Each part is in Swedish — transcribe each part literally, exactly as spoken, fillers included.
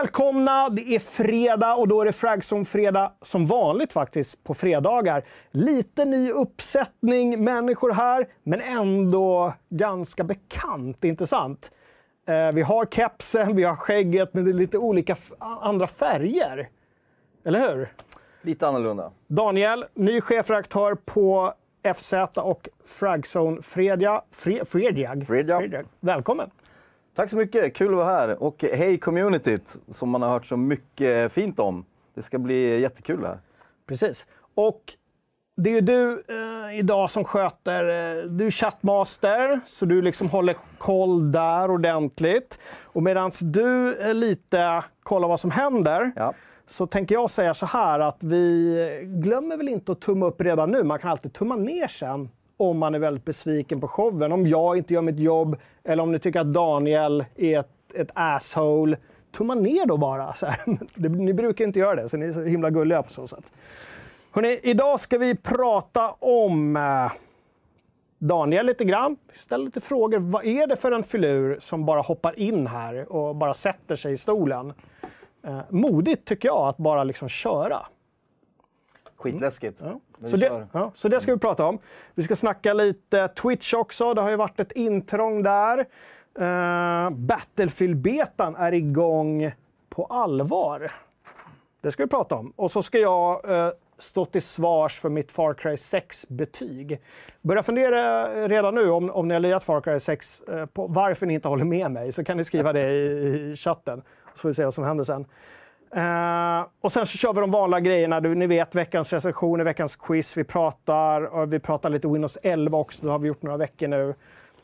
Välkomna, det är fredag och då är det Fragzone-fredag som vanligt faktiskt på fredagar. Lite ny uppsättning människor här, men ändå ganska bekant, inte sant? Eh, vi har kepsen, vi har skägget, men det är lite olika andra färger. Eller hur? Lite annorlunda. Daniel, ny chefredaktör på F Z och Fragzone Fredag. Fre Fredag. Fredag. Fredag. Välkommen! Tack så mycket, kul att vara här. Och hej communityt, som man har hört så mycket fint om. Det ska bli jättekul här. Precis. Och det är ju du eh, idag som sköter, eh, du är chattmaster, så du liksom håller koll där ordentligt. Och medan du eh, lite kollar vad som händer, Ja. så tänker jag säga så här att vi glömmer väl inte att tumma upp redan nu. Man kan alltid tumma ner sen om man är väldigt besviken på showen. Om jag inte gör mitt jobb eller om ni tycker att Daniel är ett, ett asshole. Tumma ner då bara. Så här. Ni brukar inte göra det, så ni är så himla gulliga på så sätt. Hörrni, idag ska vi prata om eh, Daniel lite grann. Ställ lite frågor. Vad är det för en filur som bara hoppar in här och bara sätter sig i stolen? Eh, modigt tycker jag att bara liksom köra. Skitläskigt. Ja. Så, det, ja, så det ska vi prata om. Vi ska snacka lite Twitch också. Det har ju varit ett intrång där. Uh, Battlefield-betan är igång på allvar. Det ska vi prata om. Och så ska jag uh, stå till svars för mitt Far Cry sex-betyg. Börja fundera redan nu om, om ni har lirat Far Cry sex uh, på varför ni inte håller med mig. Så kan ni skriva det i, i chatten. Så får vi se vad som händer sen. Uh, och sen så kör vi de vanliga grejerna. Du, ni vet, veckans recensioner, veckans quiz. Vi pratar, och vi pratar lite Windows elva också. Det har vi gjort några veckor nu.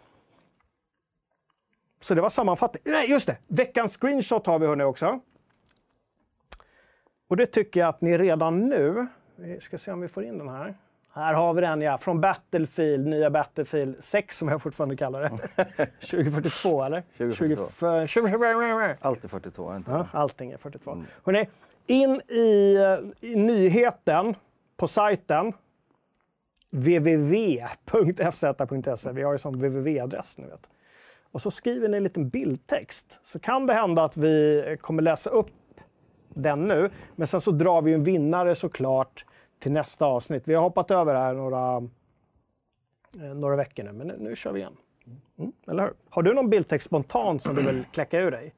Så det var sammanfattning. Nej, just det! Veckans screenshot har vi hörni också. Och det tycker jag att ni redan nu... Vi ska se om vi får in den här. Här har vi den, ja. Från Battlefield, nya Battlefield sex som jag fortfarande kallar det. tjugo fyrtiotvå, eller? tjugo fyrtiotvå. tjugo... Allt är fyrtiotvå, inte ja, allting är fyrtiotvå. Mm. Hörrni, in i, i nyheten på sajten w w w punkt f z punkt s e. Vi har ju som www-adress, ni vet. Och så skriver ni en liten bildtext. Så kan det hända att vi kommer läsa upp den nu. Men sen så drar vi en vinnare såklart till nästa avsnitt. Vi har hoppat över här några, eh, några veckor nu, men nu, nu kör vi igen. Mm, eller hur? Har du någon bildtext spontant som du vill kläcka ur dig?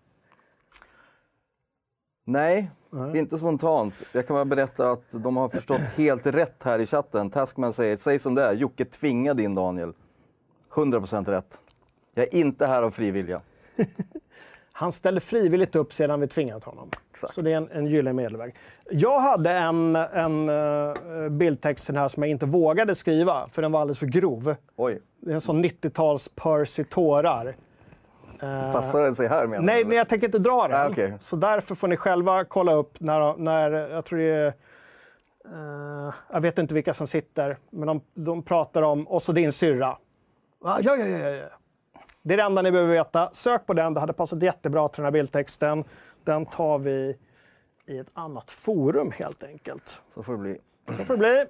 Nej, Nej, inte spontant. Jag kan bara berätta att de har förstått helt rätt här i chatten. Taskman säger, säg som det är, Jocke tvingade in Daniel. hundra procent rätt. Jag är inte här av frivilliga. Han ställer frivilligt upp sedan vi tvingat honom. Exakt. Så det är en, en gyllene medelväg. Jag hade en, en uh, bildtext här som jag inte vågade skriva, för den var alldeles för grov. Oj. Det är en sån nittio-tals Percy tårar. Uh, Passar den sig här menar Nej, men jag tänker inte dra den. Ah, okay. Så därför får ni själva kolla upp när, när jag tror det är... Uh, jag vet inte vilka som sitter, men de, de pratar om, och så din syrra. Ja, ja, ja, ja, ja. Det är det enda ni behöver veta. Sök på den, det hade passat jättebra till den här bildtexten. Den tar vi i ett annat forum helt enkelt. Så får det bli. Så får det bli.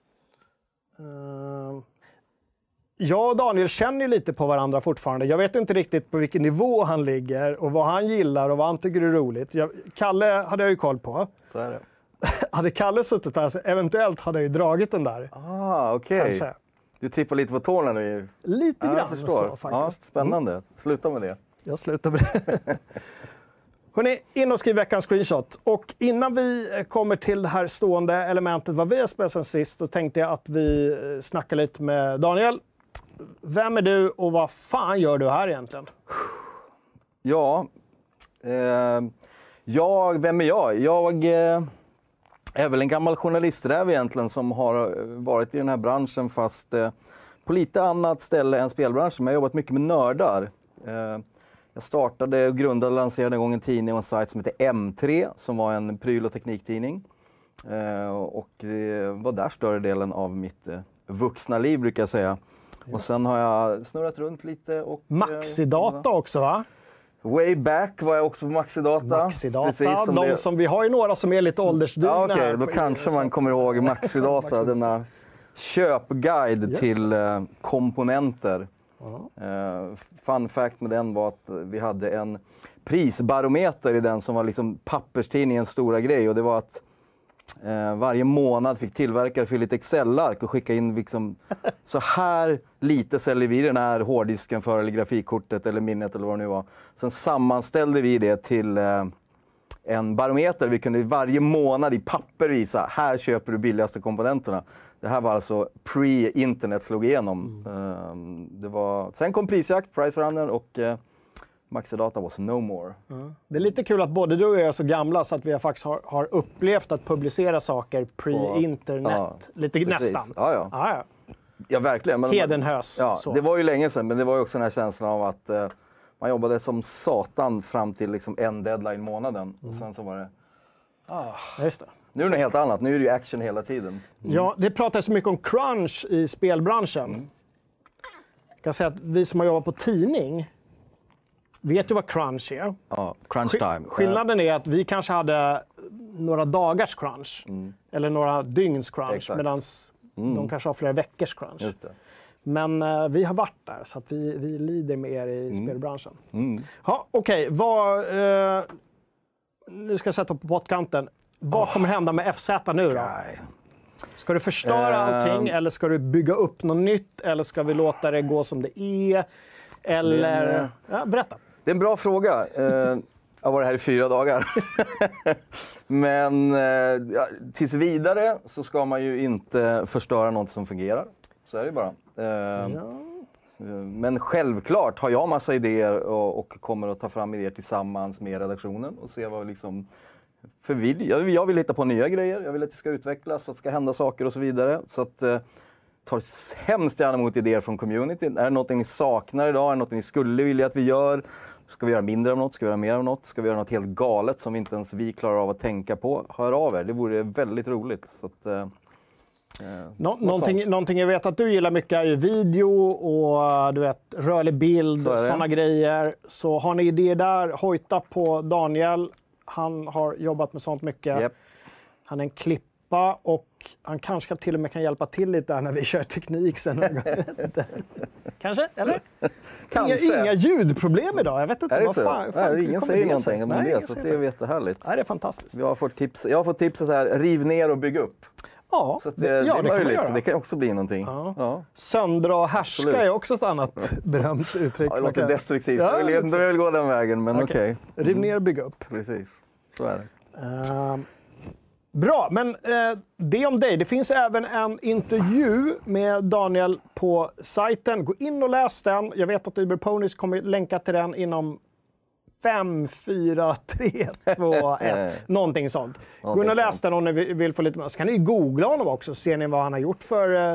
Uh, jag och Daniel känner ju lite på varandra fortfarande. Jag vet inte riktigt på vilken nivå han ligger och vad han gillar och vad han tycker är roligt. Jag, Kalle hade jag ju koll på. Så är det. Hade Kalle suttit där så eventuellt hade jag ju dragit den där. Ah, okej. Okay. Kanske. Du trippar lite på tårna nu. Lite ja, grann jag förstår. så faktiskt. Ja, spännande. Sluta med det. Jag slutar med det. Hörrni, in och skriv veckans screenshot. Och innan vi kommer till det här stående elementet vad vi har spelat sen sist, då tänkte jag att vi snackar lite med Daniel. Vem är du och vad fan gör du här egentligen? Ja, eh, jag, vem är jag? Jag eh, är väl en gammal journalisträv egentligen som har varit i den här branschen fast eh, på lite annat ställe än spelbranschen. Jag har jobbat mycket med nördar. Eh, jag startade och grundade och lanserade en gång en tidning och en sajt som heter M tre som var en pryl- och tekniktidning. Eh, och det var där större delen av mitt eh, vuxna liv brukar jag säga. Och sen har jag snurrat runt lite. Och, Maxidata eh, också va? Way back var jag också på Maxidata. Maxidata, Precis som de det... som, vi har ju några som är lite åldersdugna. Ja, okej, okay. Då kanske man kommer ihåg Maxidata, denna köpguide till eh, komponenter. Uh-huh. Uh, fun fact med den var att vi hade en prisbarometer i den som var liksom papperstidningens stora grej. Och det var att eh, varje månad fick tillverkare fylla ett Excel-ark och skicka in liksom, så här lite säljer vi den här hårddisken för, eller grafikkortet eller minnet eller vad det nu var. Sen sammanställde vi det till eh, en barometer. Vi kunde varje månad i papper visa, här köper du billigaste komponenterna. Det här var alltså pre-internet slog igenom. Mm. Det var, sen kom Prisjakt, Price Runner och eh, Maxidata was no more. Mm. Det är lite kul att både du och jag är så gamla så att vi faktiskt har, har upplevt att publicera saker pre-internet. Ja, lite precis. Nästan. Ja, ja. Ja, ja. Ja, verkligen. Men Hedenhös. Ja, så. Det var ju länge sedan, men det var ju också den här känslan av att eh, man jobbade som satan fram till liksom en deadline månaden. Mm. Och sen så var det... Ah, just det. Nu är det något helt annat. Nu är det ju action hela tiden. Mm. Ja, det pratas så mycket om crunch i spelbranschen. Mm. Jag kan säga att vi som har jobbat på tidning vet ju vad crunch är. Ja, crunch time. Skillnaden är att vi kanske hade några dagars crunch. Mm. Eller några dygns crunch. Medan mm. de kanske har flera veckors crunch. Just det. Men uh, vi har varit där, så att vi, vi lider med er i mm. spelbranschen. Mm. Ja, okej. Okay. Vad... Uh, nu ska jag sätta på pottkanten. Vad oh. kommer hända med F Z nu då? Nej. Ska du förstöra uh, allting eller ska du bygga upp något nytt? Eller ska vi låta det gå som det är? Eller... Det är en, ja, berätta. Det är en bra fråga. Uh, jag har varit här i fyra dagar. Men uh, ja, tills vidare så ska man ju inte förstöra något som fungerar. Så är det bara. Uh, ja. Men självklart har jag massa idéer och, och kommer att ta fram idéer tillsammans med redaktionen och se vad liksom... För vi, jag, jag vill hitta på nya grejer, jag vill att det ska utvecklas, att det ska hända saker och så vidare. Så att eh, tar hemskt gärna emot idéer från communityn. Är det något ni saknar idag? Är det något ni skulle vilja att vi gör? Ska vi göra mindre av något? Ska vi göra mer av något? Ska vi göra något helt galet som inte ens vi klarar av att tänka på? Hör av er, det vore väldigt roligt. Så att, eh, Nå någonting, någonting jag vet att du gillar mycket är ju video och du vet, rörlig bild, så sådana grejer. Så har ni idéer där, hojta på Daniel. Han har jobbat med sånt mycket. Yep. Han är en klippa och han kanske till och med kan hjälpa till lite där när vi kör teknik sen. Kanske, eller? Kanske. Inga, inga ljudproblem idag. Jag vet inte. Är det vad fan, fan, Nej, ingen säger någonting om det, så det är jättehärligt. Nej, det är fantastiskt. Jag har fått tips, jag har fått tips så här, riv ner och bygg upp. Ja, så det, det, ja, det är möjligt. Kan det kan också bli någonting. Ja. Ja. Söndra och härska Absolut. Är också ett annat berömt uttryck. Ja, det låter destruktivt. Ja, jag vill inte vill gå den vägen, men okej. Okay. Okay. Riv ner och bygg upp. Precis, så är det. Uh, bra, men uh, det om dig. Det finns även en intervju med Daniel på sajten. Gå in och läs den. Jag vet att Uber Ponies kommer länka till den inom fem, fyra, tre, två, ett. Någonting sånt. Gå in och läs den om ni vill få lite mer. Så kan ni googla honom också, så ser ni vad han har gjort för uh,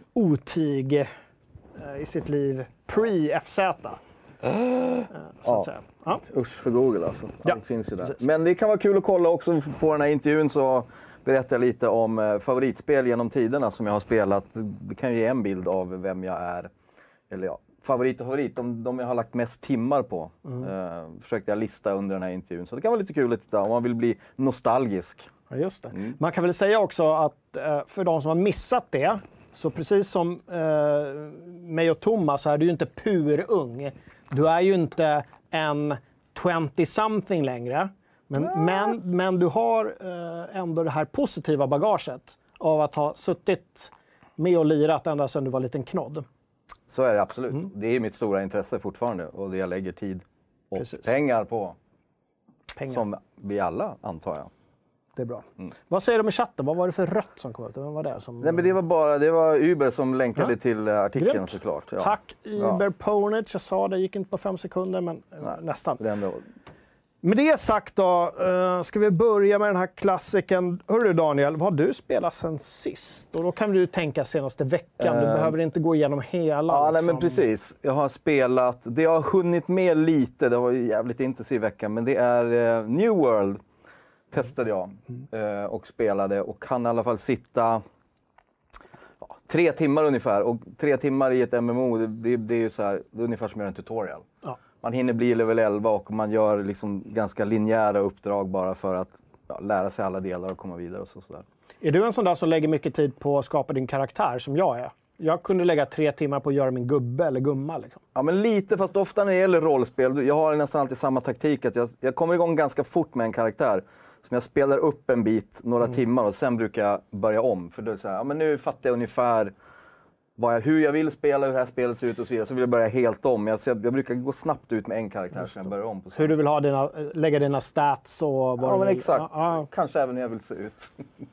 otyg uh, i sitt liv pre-F Z. Uh, så att säga. Ja. Usch för Google alltså. Ja. Allt finns ju där. Men det kan vara kul att kolla också på den här intervjun, så berättar jag lite om uh, favoritspel genom tiderna som jag har spelat. Det kan ju ge en bild av vem jag är. Eller ja. Favorit och favorit, de, de jag har lagt mest timmar på. Mm. Uh, försökte jag lista under den här intervjun. Så det kan vara lite kul att titta om man vill bli nostalgisk. Ja, just det. Mm. Man kan väl säga också att uh, för de som har missat det, så precis som uh, mig och Thomas så är du ju inte purung. Du är ju inte en tjugo-something längre. Men, ja. men, men du har uh, ändå det här positiva bagaget av att ha suttit med och lirat ända sedan du var en liten knodd. Så är det absolut. Mm. Det är mitt stora intresse fortfarande och det jag lägger tid och Precis. pengar på. Pengar. Som vi alla, antar jag. Det är bra. Mm. Vad säger de i chatten? Vad var det för rött som kom ut? Vad var det som... Nej, men det var bara det var Uber som länkade ja. till artikeln. Grymt. Såklart. Ja. Tack Uber ja. Ponies. Jag sa det, gick inte på fem sekunder, men Nej, nästan. Det ändå... Med det sagt då, uh, ska vi börja med den här klassiken. Hörru Daniel, vad har du spelat sen sist? Och då kan du tänka senaste veckan, du uh, behöver inte gå igenom hela. Ja, liksom. nej, men precis. Jag har spelat, det har hunnit med lite, det var ju jävligt intensiv vecka, men det är uh, New World. Testade jag mm. uh, och spelade och kan i alla fall sitta ja, tre timmar ungefär. Och tre timmar i ett M M O, det, det, det är ju så här, det är ungefär som att göra en tutorial. Ja. Man hinner bli level elva och man gör liksom ganska linjära uppdrag bara för att ja, lära sig alla delar och komma vidare och så, sådär. Är du en sån där som lägger mycket tid på att skapa din karaktär som jag är? Jag kunde lägga tre timmar på att göra min gubbe eller gumma. Liksom. Ja, men lite, fast ofta när det gäller rollspel, jag har nästan alltid samma taktik. Att jag, jag kommer igång ganska fort med en karaktär. Som jag spelar upp en bit, några mm. timmar, och sen brukar jag börja om. För då är det så här, ja, men nu fattar jag ungefär vad jag, hur jag vill spela, hur det här spelet ser ut och så vidare. Så vill jag börja helt om. Jag, jag, jag brukar gå snabbt ut med en karaktär som jag börjar om på. Hur du vill ha dina, lägga dina stats och vad ja, du men vill. exakt. Ja, ja. Kanske även hur jag vill se ut.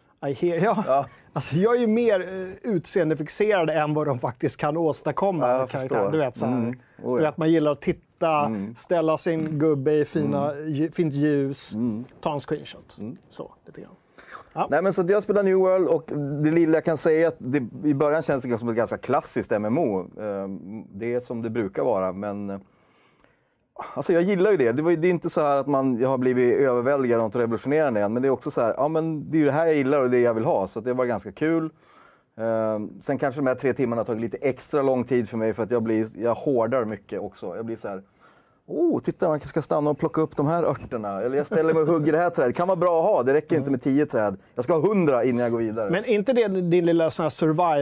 Ja. Ja. Alltså, jag är ju mer uh, utseendefixerad än vad de faktiskt kan åstadkomma. Ja, karaktär. Du vet, så här, mm. oh, ja. Du vet, man gillar att titta, mm. ställa sin gubbe i fina, mm. ju, fint ljus, mm. ta en screenshot. Mm. Så, lite grann. Ja. Nej, men så jag spelar New World, och det lilla jag kan säga är att det, i början känns det som ett ganska klassiskt M M O. Det är som det brukar vara, men alltså jag gillar ju det. Det, var, det är inte så här att man, jag har blivit överväldigad och inte revolutionerande än, men det är också så här, ja men det är ju det här jag gillar och det jag vill ha, så det var ganska kul. Sen kanske de här tre timmarna har tagit lite extra lång tid för mig, för att jag blir, jag hårdar mycket också. Jag blir så här, oh, titta, man kanske ska stanna och plocka upp de här örterna. Eller jag ställer mig och hugger det här trädet. Det kan vara bra att ha, det räcker mm. inte med tio träd. Jag ska ha hundra innan jag går vidare. Men inte det din lilla sån här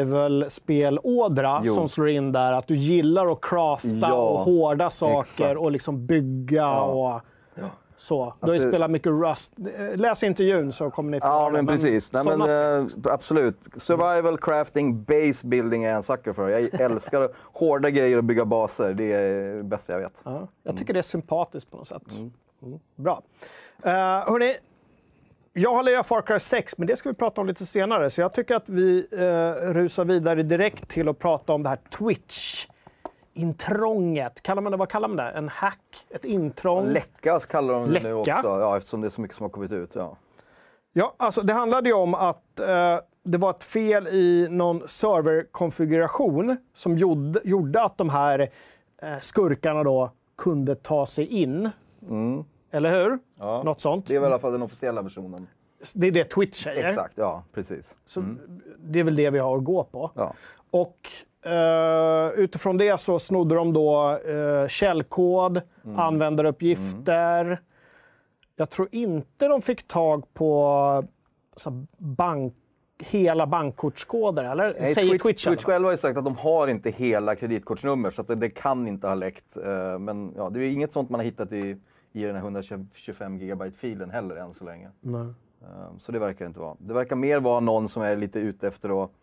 survival-spelådra som slår in där? Att du gillar att crafta ja, och hårda saker exakt. Och liksom bygga ja. Och ja. Så. Du har ju alltså, spelat mycket Rust. Läs intervjun så kommer ni få ja, men precis. Nej, men, äh, absolut. Survival, crafting, base building är en sucker för. Jag älskar hårda grejer och bygga baser. Det är det bästa jag vet. Ja, jag tycker mm. det är sympatiskt på något sätt. Mm. Mm. Bra. Uh, hörrni, jag har lirat Far Cry sex, men det ska vi prata om lite senare. Så jag tycker att vi uh, rusar vidare direkt till att prata om det här Twitch. Intrånget, kallar man det, vad kallar man det? En hack? Ett intrång? Läcka kallar de det Läcka. Nu också, ja, eftersom det är så mycket som har kommit ut. Ja, ja alltså det handlade ju om att eh, det var ett fel i någon serverkonfiguration som gjorde, gjorde att de här eh, skurkarna då kunde ta sig in. Mm. Eller hur? Ja. Något sånt. Det är väl i alla fall den officiella versionen. Det är det Twitch säger. Exakt, ja, precis. Så mm. det är väl det vi har att gå på. Ja. Och Uh, utifrån det så snodde de då uh, källkod, mm. användaruppgifter. Mm. Jag tror inte de fick tag på så, bank, hela bankkortskoder, eller? Nej, säger Twitch, Twitch, Twitch själv har ju sagt att de har inte hela kreditkortsnummer, så att det, det kan inte ha läckt. Uh, men ja, det är inget sånt man har hittat i, i den här hundratjugofem gigabyte-filen heller än så länge. Nej. Uh, så det verkar inte vara. Det verkar mer vara någon som är lite ute efter att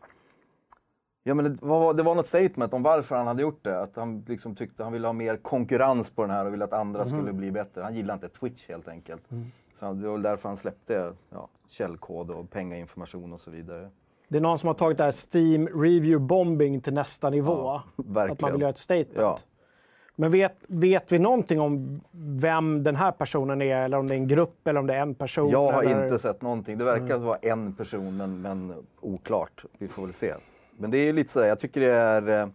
ja, men det var, det var något statement om varför han hade gjort det. Att han liksom tyckte han ville ha mer konkurrens på den här och ville att andra mm. skulle bli bättre. Han gillade inte Twitch helt enkelt. Mm. Så det var därför han släppte ja, källkod och pengainformation och så vidare. Det är någon som har tagit det här Steam Review Bombing till nästa nivå. Ja, verkligen. Att man vill göra ett statement. Ja. Men vet, vet vi någonting om vem den här personen är? Eller om det är en grupp eller om det är en person? Jag har eller? inte sett någonting. Det verkar mm. vara en person, men, men oklart. Vi får väl se. Men det är lite så här, jag tycker det är...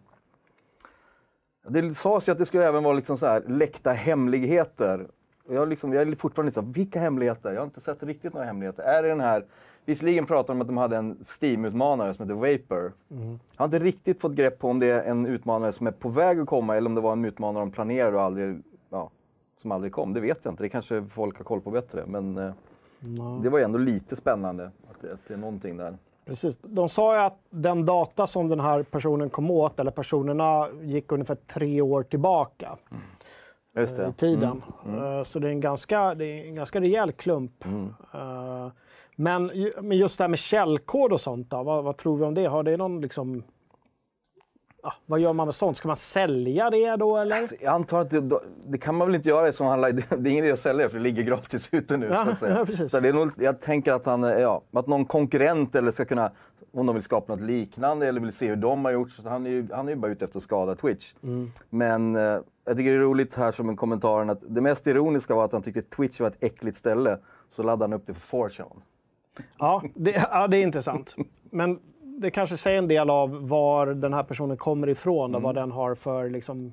Det sades ju att det skulle även vara liksom så här, läckta hemligheter. Och jag, liksom, jag är fortfarande så här, vilka hemligheter? Jag har inte sett riktigt några hemligheter. Är det den här... Visserligen pratar de om att de hade en Steam-utmanare som heter Vapor. Mm. Jag har inte riktigt fått grepp på om det är en utmanare som är på väg att komma eller om det var en utmanare de planerade och aldrig, ja, som aldrig kom. Det vet jag inte. Det kanske folk har koll på bättre. Men eh, det var ju ändå lite spännande att det, att det är någonting där. Precis. De sa ju att den data som den här personen kom åt, eller personerna, gick ungefär tre år tillbaka mm. Just det. i tiden. Mm. Mm. Så det är en ganska, det är en ganska rejäl klump. Mm. Men, men just det här med källkod och sånt då, vad, vad tror vi om det? Har det någon liksom... Ja, vad gör man med sånt? Ska man sälja det då eller? Alltså, jag antar att det, det kan man väl inte göra som han, det, det är ingen idé att sälja det för det ligger gratis ute nu. Ja, så att säga. Ja, precis. Så det är nog, jag tänker att, han, ja, att någon konkurrent eller ska kunna, om de vill skapa något liknande eller vill se hur de har gjort. Så han är ju, han är ju bara ute efter att skada Twitch. Mm. Men eh, jag tycker det är roligt här som en kommentar att det mest ironiska var att han tyckte Twitch var ett äckligt ställe. Så laddade han upp det för four chan. Ja, det, ja, det är intressant. Men det kanske säger en del av var den här personen kommer ifrån och mm. vad den har för liksom,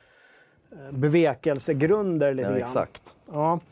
bevekelsegrunder. Lite ja, grann. Exakt. Ja.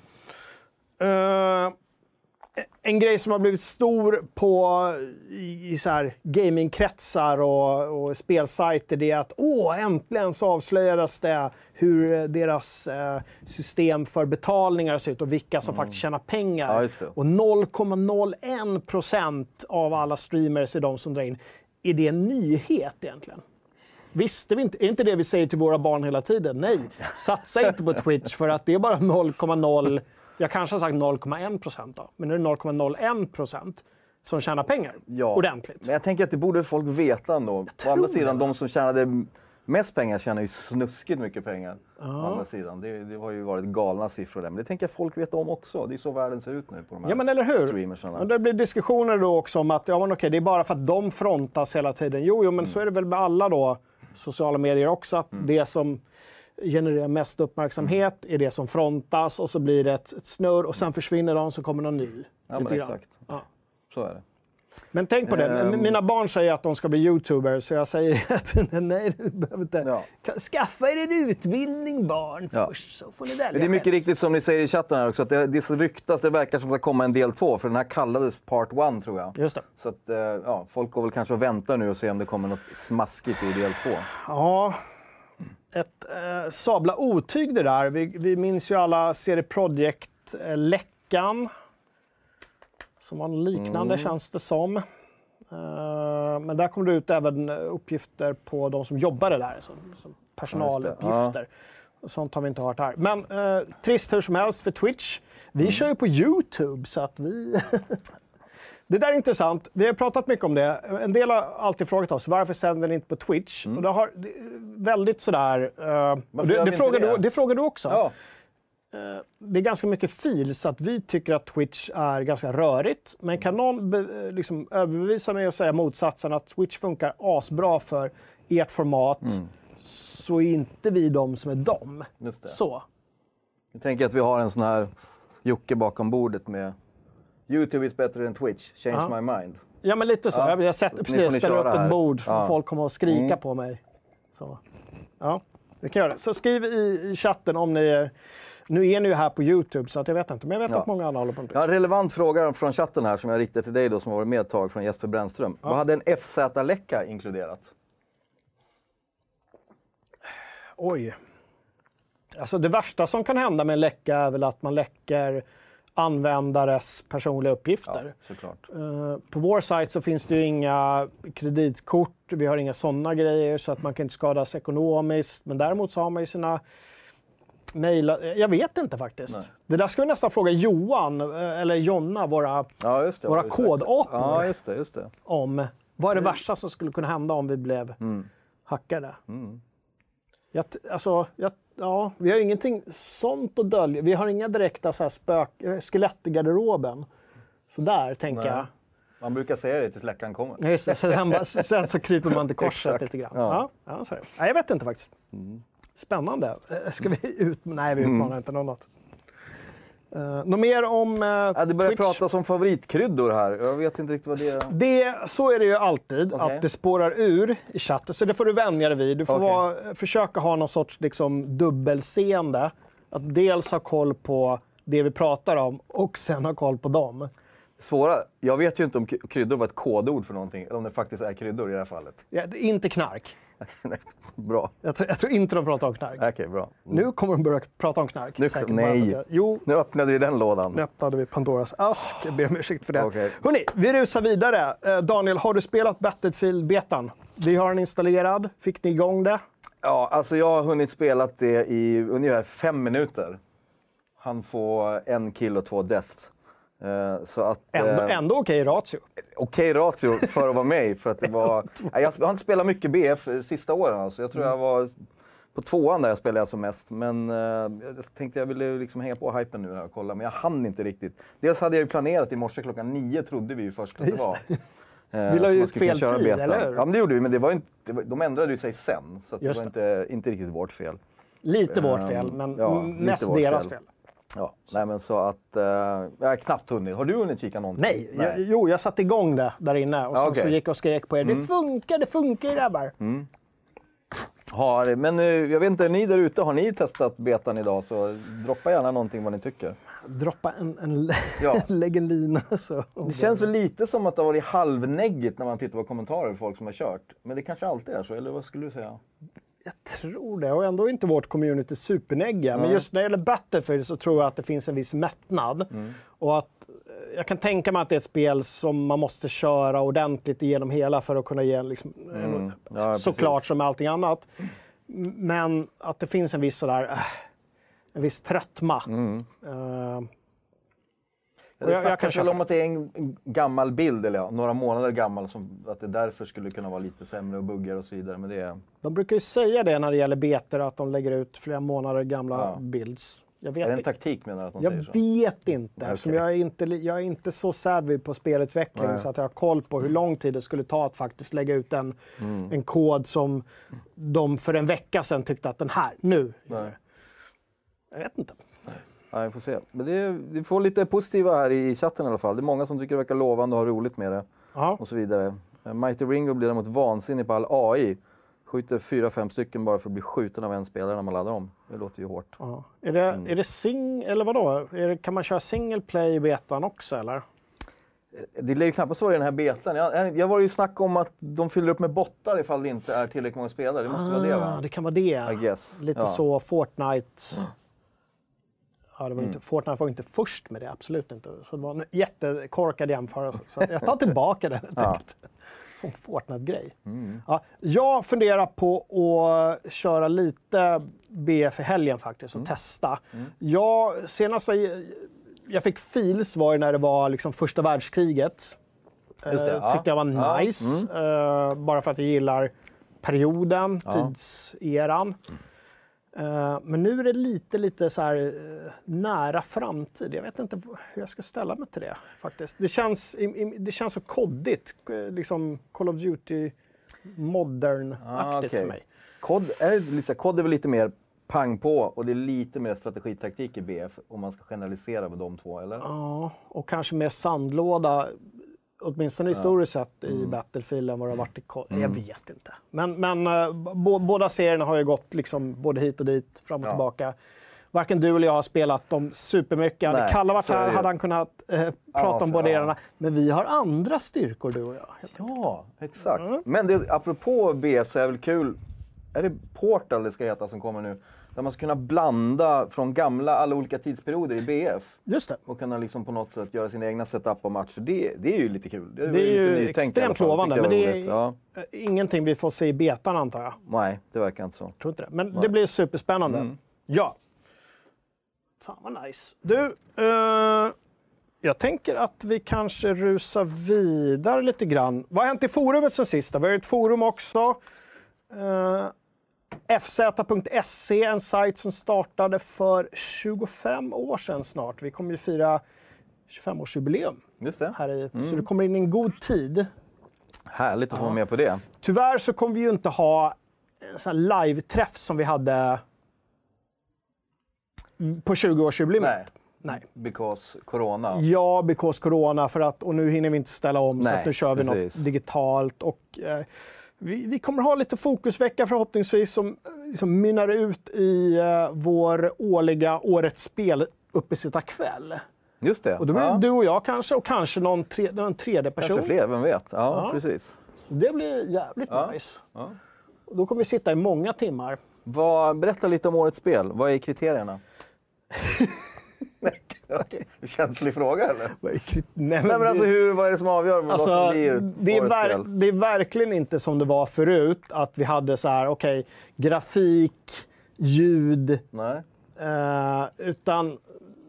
Uh, en grej som har blivit stor på i, i så här gamingkretsar och, och spelsajter, det är att åh, äntligen så avslöjades det hur deras eh, system för betalningar ser ut och vilka som mm. faktiskt tjänar pengar. Ja, och noll komma noll en procent av alla streamers är de som drar in är det en nyhet egentligen? Visste vi inte, är inte det vi säger till våra barn hela tiden? Nej, satsa inte på Twitch för att det är bara noll komma noll, jag kanske har sagt noll komma en procent då, men nu är det noll komma noll en procent som tjänar pengar ja, ordentligt. Men jag tänker att det borde folk veta ändå. På andra sidan, de som tjänade mest pengar tjänar ju snuskigt mycket pengar. Ja. På andra sidan. Det, det har ju varit galna siffror där. Men det tänker jag folk vet om också. Det är så världen ser ut nu på de här ja, men eller hur? streamersarna. Och det blir diskussioner då också om att ja, men okej, det är bara för att de frontas hela tiden. Jo, jo men mm. så är det väl med alla då sociala medier också. Att mm. det som genererar mest uppmärksamhet mm. är det som frontas och så blir det ett, ett snurr och sen försvinner de så kommer någon ny. Ja, men exakt. Ja. Så är det. Men tänk på det, um, mina barn säger att de ska bli YouTubers så jag säger att nej, du behöver inte. Ja. Skaffa er en utbildning barn ja. först så får ni välja. Det är mycket själv. Riktigt som ni säger i chatten här också, att det, det så ryktas, det verkar som att det kommer en del två, för den här kallades part one tror jag. Just det. Så att, ja, folk går väl kanske och väntar nu och ser om det kommer något smaskigt i del två. Ja, ett eh, sabla otyg det där. Vi, vi minns ju alla C D Projekt-läckan. Som var liknande mm. känns det som. Uh, men där kom det ut även uppgifter på de som jobbade där. Som, som personaluppgifter. Ja. Sånt har vi inte hört här. Men uh, trist hur som helst för Twitch. Vi mm. kör ju på YouTube så att vi... Det där är intressant. Vi har pratat mycket om det. En del har alltid frågat oss varför sänder ni inte på Twitch? Mm. Och det har väldigt sådär... Uh, det, det, frågar det? Du, det frågar du också. Ja. Det är ganska mycket fil så att vi tycker att Twitch är ganska rörigt. Men kan någon be, liksom, överbevisa mig och säga motsatsen att Twitch funkar asbra för ert format mm. så är inte vi de som är dem. Just det. Så. Jag tänker att vi har en sån här Jocke bakom bordet med YouTube is better than Twitch, change ja. my mind. Ja men lite så. Ja. Jag har sett precis ställa upp ett bord för ja. folk kommer att skrika mm. på mig. Så. Ja, vi kan göra det. Så skriv i, i chatten om ni... Nu är ni ju här på YouTube så att jag vet inte, men jag vet ja. att många andra håller på en ja, en relevant fråga från chatten här som jag riktar till dig då som har varit med ett tag från Jesper Brännström. Ja. Vad hade en F Z-läcka inkluderat? Oj. Alltså det värsta som kan hända med en läcka är väl att man läcker användares personliga uppgifter. Ja, såklart. Uh, på vår sajt så finns det ju inga kreditkort, vi har inga sådana grejer så att man kan inte skadas ekonomiskt. Men däremot så har man ju sina mejla, jag vet inte faktiskt. Nej. Det där ska vi nästan fråga Johan eller Jonna, våra, ja, just det, våra kodapor. Ja, just det, just det. Om vad är det värsta som skulle kunna hända om vi blev mm. hackade. Mm. Jag, alltså, jag, ja, vi har ingenting sånt att dölja. Vi har inga direkta så här spök, skelett i garderoben. Så där tänker Nej. jag. Man brukar säga det tills läckan kommer. Just det, sen, bara, sen så kryper man till korset lite grann. Ja. Ja, ja, så är det. Nej, jag vet inte faktiskt. Mm. Spännande. Ska vi ut... Nej, vi utmanar mm. inte något. Uh, något mer om uh, ja, det börjar Twitch? Prata om favoritkryddor här. Jag vet inte riktigt vad det är. Det, så är det ju alltid, okay. att det spårar ur i chatten. Så det får du vänja dig vid. Du får okay. vara, försöka ha någon sorts liksom, dubbelseende. Att dels ha koll på det vi pratar om och sen ha koll på dem. Svåra. Jag vet ju inte om kryddor var ett kodord för någonting. Eller om det faktiskt är kryddor i det här fallet. Ja, inte knark. Bra. Jag tror, jag tror inte de pratar om knark. Okej, okay, bra. Mm. Nu kommer de börja prata om knark. Nu, nej, jag, jo, nu öppnade vi den lådan. Nu öppnade vi Pandoras ask. Jag ber om ursäkt för det. Okay. Hörrni, vi rusar vidare. Eh, Daniel, har du spelat Battlefield-betan? Vi har den installerad. Fick ni igång det? Ja, alltså jag har hunnit spela det i ungefär fem minuter. Han får en kill och två deaths. Uh, så att, ändå uh, ändå okej okay ratio. Okej okay ratio för att vara med. För att det var, jag har inte spelat mycket B F sista åren. Alltså. Jag tror mm. jag var på tvåan där jag spelade som mest. Men uh, jag tänkte jag ville liksom hänga på hypen nu här och kolla. Men jag hann inte riktigt. Dels hade jag ju planerat i morse klockan nio, trodde vi ju först att det var. Uh, vi la ju ut fel tid, beta. Eller hur? Ja, men det gjorde vi. Men det var inte, de ändrade ju sig sen. Så att det var inte, inte riktigt vårt fel. Lite vårt fel, men ja, mest deras fel. fel. Ja, nej men så att uh, jag har knappt hunnit. Har du hunnit kika någonting? Nej, nej. Jag, jo jag satte igång det där inne och sen ja, okay. så gick jag och skrek på er. Mm. Det funkar, det funkar grabbar. Mm. Har, men uh, jag vet inte, ni där ute, har ni testat betan idag? Så droppa gärna någonting vad ni tycker. Droppa en, en ja. lägg en lina. Så. Det känns väl lite som att det har varit halvneggigt när man tittar på kommentarer för folk som har kört. Men det kanske alltid är så, eller vad skulle du säga? Jag tror det. Och ändå är inte vårt community supernägga. Mm. Men just när det gäller Battlefield så tror jag att det finns en viss mättnad. Mm. Och att jag kan tänka mig att det är ett spel som man måste köra ordentligt igenom hela för att kunna ge liksom, mm. ja, såklart som med allting annat. Men att det finns en viss sådär, en viss tröttma. Mm. Uh, Det jag, jag kan väl om att det är en gammal bild, eller ja, några månader gammal, som att det därför skulle kunna vara lite sämre och buggar och så vidare. Men det är... De brukar ju säga det när det gäller betor, att de lägger ut flera månader gamla ja. builds. Jag vet är det en taktik menar du att de jag säger så? Jag vet inte, okay. eftersom jag är inte, jag är inte så savvy på spelutveckling Nej. så att jag har koll på hur lång tid det skulle ta att faktiskt lägga ut en, mm. en kod som de för en vecka sedan tyckte att den här, nu. Nej. Jag vet inte. Ja, vi får se. Men det är, vi får lite positiva här i chatten i alla fall. Det är många som tycker det verkar lovande och har roligt med det. Aha. Och så vidare. Mighty Ringo blir däremot vansinnig på all A I. Skjuter fyra, fem stycken bara för att bli skjuten av en spelare när man laddar om. Det låter ju hårt. Aha. Är det, mm. är det sing, eller vadå? Är det, kan man köra single play i betan också, eller? Det lär ju knappast vara i den här betan. Jag, jag var ju snack om att de fyller upp med bottar ifall det inte är tillräckligt många spelare. Det måste ah, vara det, va? Det kan vara det. I guess. Lite ja. så Fortnite... Ja, det var inte, mm. Fortnite var inte först med det, absolut inte. Så det var en jättekorkad jämförelse. Så jag tar tillbaka den. Ja. Som Fortnite-grej. Mm. Ja, jag funderar på att köra lite B F i helgen faktiskt och mm. testa. Mm. Jag, senast jag, jag fick feels var när det var liksom första världskriget. Just det, uh, ja. Tyckte jag var ja. nice. Mm. Uh, bara för att jag gillar perioden, ja. tidseran. Mm. Uh, men nu är det lite, lite så här uh, nära framtid. Jag vet inte hur jag ska ställa mig till det faktiskt. Det känns, i, i, det känns så koddigt, uh, liksom Call of Duty modern-aktigt ah, okay. för mig. Kod är, lite, kod är väl lite mer pang på och det är lite mer strategitaktik i B F om man ska generalisera med de två, eller? Ja, och kanske mer sandlåda. Åtminstone historiskt ja. sett i mm. Battlefield än vad det har varit i Call. Mm. Jag vet inte. Men, men uh, b- båda serierna har ju gått liksom både hit och dit, fram och ja. tillbaka. Varken du eller jag har spelat dem supermycket. Hade Kalle varit här hade han kunnat uh, prata ja, om båda ja. Men vi har andra styrkor, du och jag. Ja, exakt. Mm. Men det, apropå B F så är det väl kul. Är det Portal det ska heta som kommer nu? Där man ska kunna blanda från gamla, alla olika tidsperioder i B F. Just det. Och kunna liksom på något sätt göra sina egna setup och matcher. Det, det är ju lite kul. Det är, det är ju extremt lovande, men det är ja. ingenting vi får se i betan, antar jag. Nej, det verkar inte så. Tror inte det. Men Nej. det blir superspännande. Mm. Ja. Fan vad nice. Du, uh, jag tänker att vi kanske rusar vidare lite grann. Vad har hänt i forumet sen sist? Vi har ett forum också. Uh, F Z punkt se, en sajt som startade för tjugofem år sedan snart. Vi kommer ju fira tjugofemårsjubileum. Just det. Här i, mm. Så det kommer in en god tid. Härligt att ja. få med på det. Tyvärr så kommer vi ju inte ha en sån här live-träff som vi hade på tjugoårsjubileum. Nej. Nej. Because corona. Ja, because corona. För att, och nu hinner vi inte ställa om, Nej, så att nu kör vi precis. något digitalt. Och, eh, vi, vi kommer ha lite fokusvecka förhoppningsvis som liksom mynnar ut i eh, vår årliga Årets spel uppesittarkväll. Just det. Och då blir ja. du och jag kanske, och kanske någon, tre, någon tredje person. Kanske fler, vem vet. Ja, ja. precis. Det blir jävligt ja. nice. Ja. Och då kommer vi sitta i många timmar. Vad, berätta lite om Årets spel. Vad är kriterierna? Okay. Känslig fråga, eller? Nej, men, Nej, men alltså, hur, vad är det som avgör vad alltså, som blir det är, ver- det är verkligen inte som det var förut, att vi hade så här, okej, okay, grafik, ljud, Nej. Eh, utan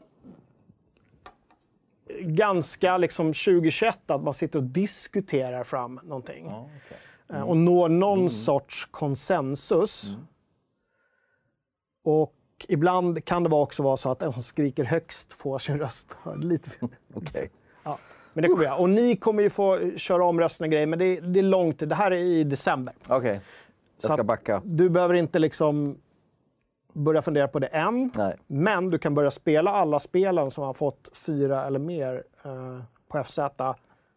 ganska liksom tjugohundratjugoett att man sitter och diskuterar fram någonting. Ja, okay. mm. eh, och når någon mm. sorts konsensus. Mm. Och ibland kan det också vara så att en som skriker högst får sin röst hörd lite. Okay. Ja, men det kommer jag. Och ni kommer ju få köra omröstning och grejer, men det är, det är långt. Det här är i december. Okej, okay. Jag ska backa. Du behöver inte liksom börja fundera på det än. Nej. Men du kan börja spela alla spelen som har fått fyra eller mer uh, på F Z.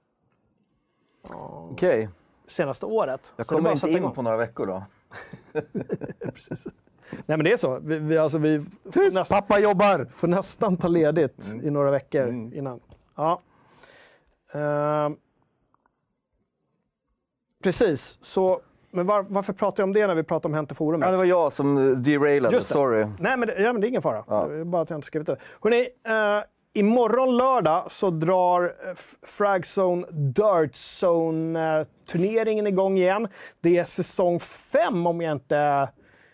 Uh, okay. Senaste året. Jag kommer inte in på några veckor då. Precis. Nej, men det är så. Vi, vi, alltså, vi Tyst, näst, pappa jobbar! Får nästan ta ledigt mm. i några veckor mm. innan. Ja. Uh, precis. Så Men var, varför pratar jag om det när vi pratar om Hänt i forumet? Ja, det var jag som derailade, sorry. Nej, men det, ja, men det är ingen fara. Ja. Bara att jag inte skrivit det. Hörrni, eh, imorgon lördag så drar Fragzone Dirt Zone-turneringen igång igen. Det är säsong fem om jag inte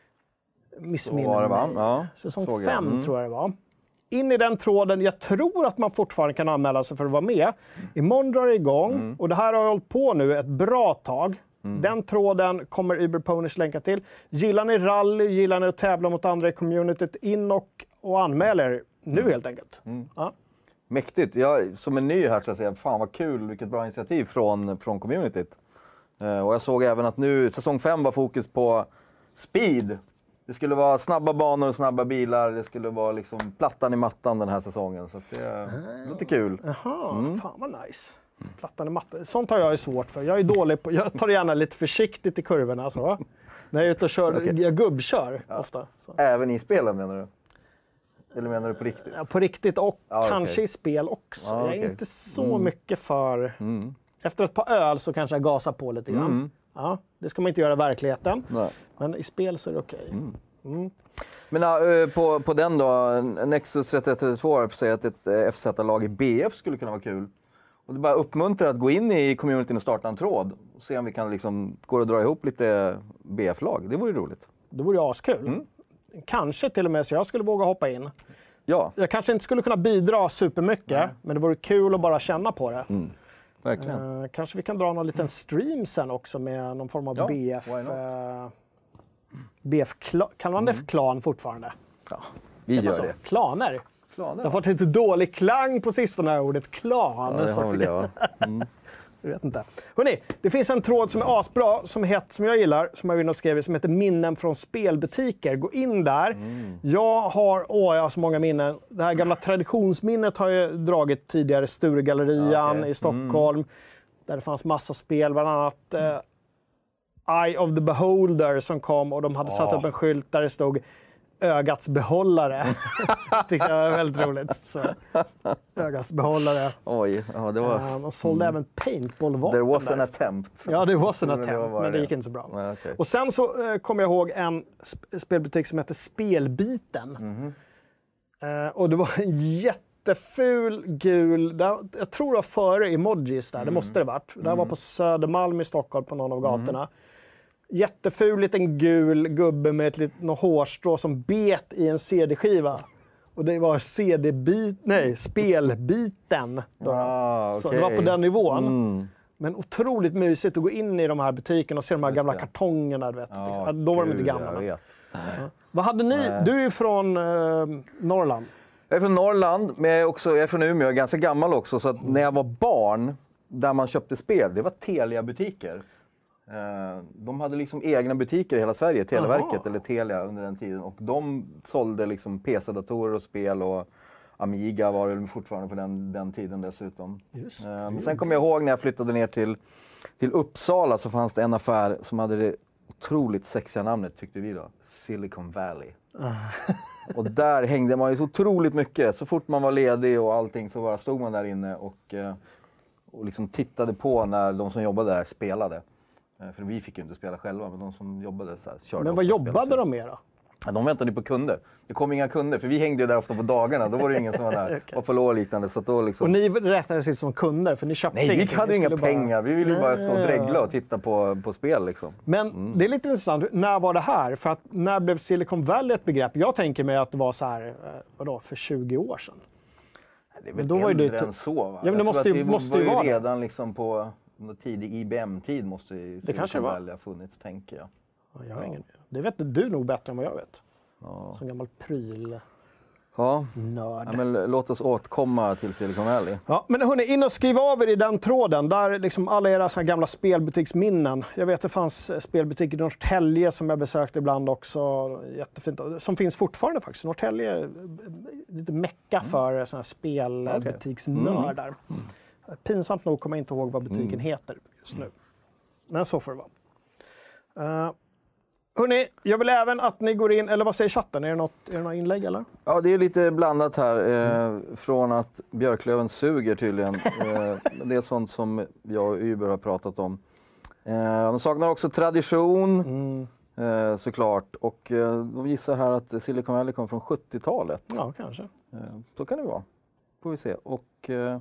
missminner mig. Ja, säsong fem mm. tror jag det var. In i den tråden, jag tror att man fortfarande kan anmäla sig för att vara med. Imorgon drar det igång mm. och det här har jag hållit på nu ett bra tag. Mm. Den tråden kommer Uber Ponies länka till. Gillar ni rally, gillar ni att tävla mot andra i communityt, in och, och anmäler nu mm. helt enkelt. Mm. Ja. Mäktigt. Jag, som en ny här så jag säga, fan vad kul, vilket bra initiativ från, från communityt. Uh, och jag såg även att nu, säsong fem var fokus på speed. Det skulle vara snabba banor och snabba bilar. Det skulle vara liksom plattan i mattan den här säsongen. Så det är ah. lite kul. Jaha, mm. fan vad nice. Plattan i mattan. Sånt har jag är svårt för. Jag är dålig på, jag tar gärna lite försiktigt i kurvorna. Så. När jag är ute och kör, okay. jag gubbkör ja. ofta. Så. Även i spelen menar du? Eller menar du på riktigt? Ja, på riktigt och ah, kanske okay. i spel också. Ah, okay. Jag är inte så mm. mycket för... Mm. Efter ett par öl så kanske jag gasar på lite grann. Mm. Ja, det ska man inte göra i verkligheten. Nej. Men i spel så är det okej. Okay. Mm. Mm. Men äh, på, på den då, Nexus trettioett trettiotvå säger att ett F Z-lag i B F skulle kunna vara kul. Och det bara uppmuntrar att gå in i communityn och starta en tråd. Och se om vi kan liksom gå och dra ihop lite B F-lag. Det vore roligt. Det vore ju askul. Mm. Kanske till och med så jag skulle våga hoppa in. Ja. Jag kanske inte skulle kunna bidra supermycket, Nej. men det vore kul att bara känna på det. Mm. Verkligen. Uh, kanske vi kan dra någon liten stream sen också med någon form av ja, B F. Uh, B F kan man det för klan fortfarande? Ja, vi gör så? det. Klaner. Klaner. Det har fått lite dålig klang på sistone, ordet klan. Ja, det har väl jag. Mm. Jag vet inte. Hörrni, det finns en tråd som är asbra, som, het, som jag gillar, som jag vill skriva, som heter Minnen från spelbutiker. Gå in där. Mm. Jag har, åh, jag har så många minnen. Det här gamla traditionsminnet har jag dragit tidigare, Sturegallerian okay. i Stockholm. Mm. Där det fanns massa spel, bland annat eh, Eye of the Beholder som kom och de hade oh. satt upp en skylt där det stod ögats behållare. Tyckte jag var väldigt roligt. Så, ögats behållare. Oj, ja, det var... Uh, de sålde mm. även paintballvapen. There was an attempt. Ja, det was an attempt, men det, men det gick inte så bra. Nej, okay. Och sen så uh, kommer jag ihåg en sp- spelbutik som heter Spelbiten. Mm. Uh, och det var en jätteful gul, där, jag tror det var före emojis där, mm. det måste det varit. Det mm. var på Södermalm i Stockholm på någon av gatorna. Mm. Jätteful liten gul gubbe med ett litet hårstrå som bet i en C D-skiva. Och det var C D-bit, nej, spelbiten. Då. Ah, okay. Så det var på den nivån. Mm. Men otroligt mysigt att gå in i de här butikerna och se de här gamla kartongerna. Du vet. Ah, då var de inte gamla. Ja. Vad hade ni? Nej. Du är ju från eh, Norrland. Jag är från Norrland, men jag är, också, jag är från Umeå. Jag är ganska gammal också. Så att när jag var barn, där man köpte spel, det var Telia-butiker. De hade liksom egna butiker i hela Sverige, Televerket Aha. eller Telia under den tiden. Och de sålde liksom P C-datorer och spel och Amiga var det fortfarande på den, den tiden dessutom. Just, um, sen kommer jag ihåg när jag flyttade ner till, till Uppsala så fanns det en affär som hade det otroligt sexiga namnet tyckte vi då, Silicon Valley. Och där hängde man ju så otroligt mycket. Så fort man var ledig och allting så bara stod man där inne och, och liksom tittade på när de som jobbade där spelade. För vi fick ju inte spela själva, men de som jobbade så här, körde. Men vad jobbade de med då? Ja, de väntade på kunder. Det kom inga kunder, för vi hängde ju där ofta på dagarna. Då var det ingen som var där. Okay. Var på låg liknande. Så då liksom... Och ni räknades inte som kunder, för ni köpte Nej, ingenting. vi hade inga pengar. Bara... Vi ville ju bara stå och dregla och titta på, på spel. Liksom. Men mm. det är lite intressant. När var det här? För att när blev Silicon Valley ett begrepp? Jag tänker mig att det var så här, vadå, för tjugo år sedan. Det är väl men då äldre var det än så, va? Ja, men det måste, ju, det måste var ju vara redan liksom på tidig I B M-tid måste ju Silicon Valley ha funnits, tänker jag. Ja, jag har ingen. Det vet du nog bättre än vad jag vet. Ja. Som gammal pryl. Ja. Nörd. Ja, men låt oss återkomma till Silicon Valley. Ja, men hörni, in och skriv av er i den tråden. Där liksom alla era såna gamla spelbutiksminnen. Jag vet att det fanns spelbutiker i Norrtälje som jag besökte ibland också. Jättefint. Som finns fortfarande faktiskt. Norrtälje är lite mecka för mm. såna här spelbutiksnördar. Mm. Mm. Pinsamt nog kommer jag inte ihåg vad butiken mm. heter just nu. Men så får det vara. Uh, hörrni, jag vill även att ni går in, eller vad säger chatten? Är det något, är det något inlägg eller? Ja, det är lite blandat här. Eh, mm. Från att Björklöven suger tydligen. eh, det är sånt som jag och Uber har pratat om. Eh, de saknar också tradition, Mm. eh, såklart. Och eh, de gissar här att Silicon Valley kom från sjuttiotalet. Ja, kanske. Eh, så kan det vara. Får vi se. Och eh,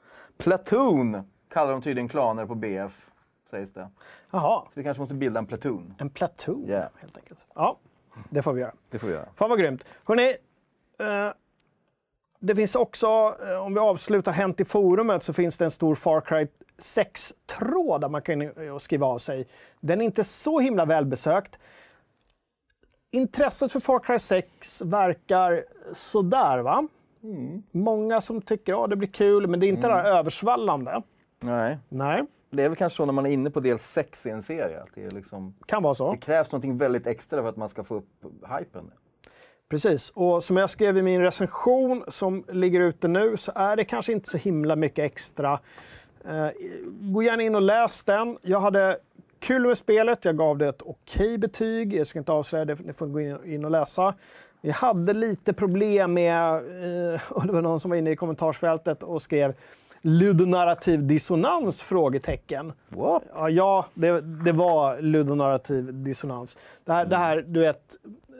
Platoon kallar de tydligen klaner på B F, sägs det. Jaha, Så vi kanske måste bilda en platoon. en platoon Yeah. helt enkelt. Ja, det får vi göra. Det får vi göra. Fan vad grymt. Hörrni, eh, det finns också, eh, om vi avslutar Hänt i forumet, så finns det en stor Far Cry sex-tråd där man kan in och skriva av sig. Den är inte så himla välbesökt. Intresset för Far Cry sex verkar sådär, va? Mm. Många som tycker att ja, det blir kul, men det är inte Mm. det här översvallande. Nej. Nej, Det är väl kanske så när man är inne på del sex i en serie. Att det, är liksom, kan vara så. det krävs något väldigt extra för att man ska få upp hypen. Precis, och som jag skrev i min recension som ligger ute nu, så är det kanske inte så himla mycket extra. Eh, gå gärna in och läs den. Jag hade kul med spelet, jag gav det ett okej betyg. Jag ska inte avslöja det, ni får gå in- in och läsa. Jag hade lite problem med, eh, och det var någon som var inne i kommentarsfältet och skrev ludonarrativ dissonans? Frågetecken. What? Ja, ja det, det var ludonarrativ dissonans. Det här, Mm. det här, du vet,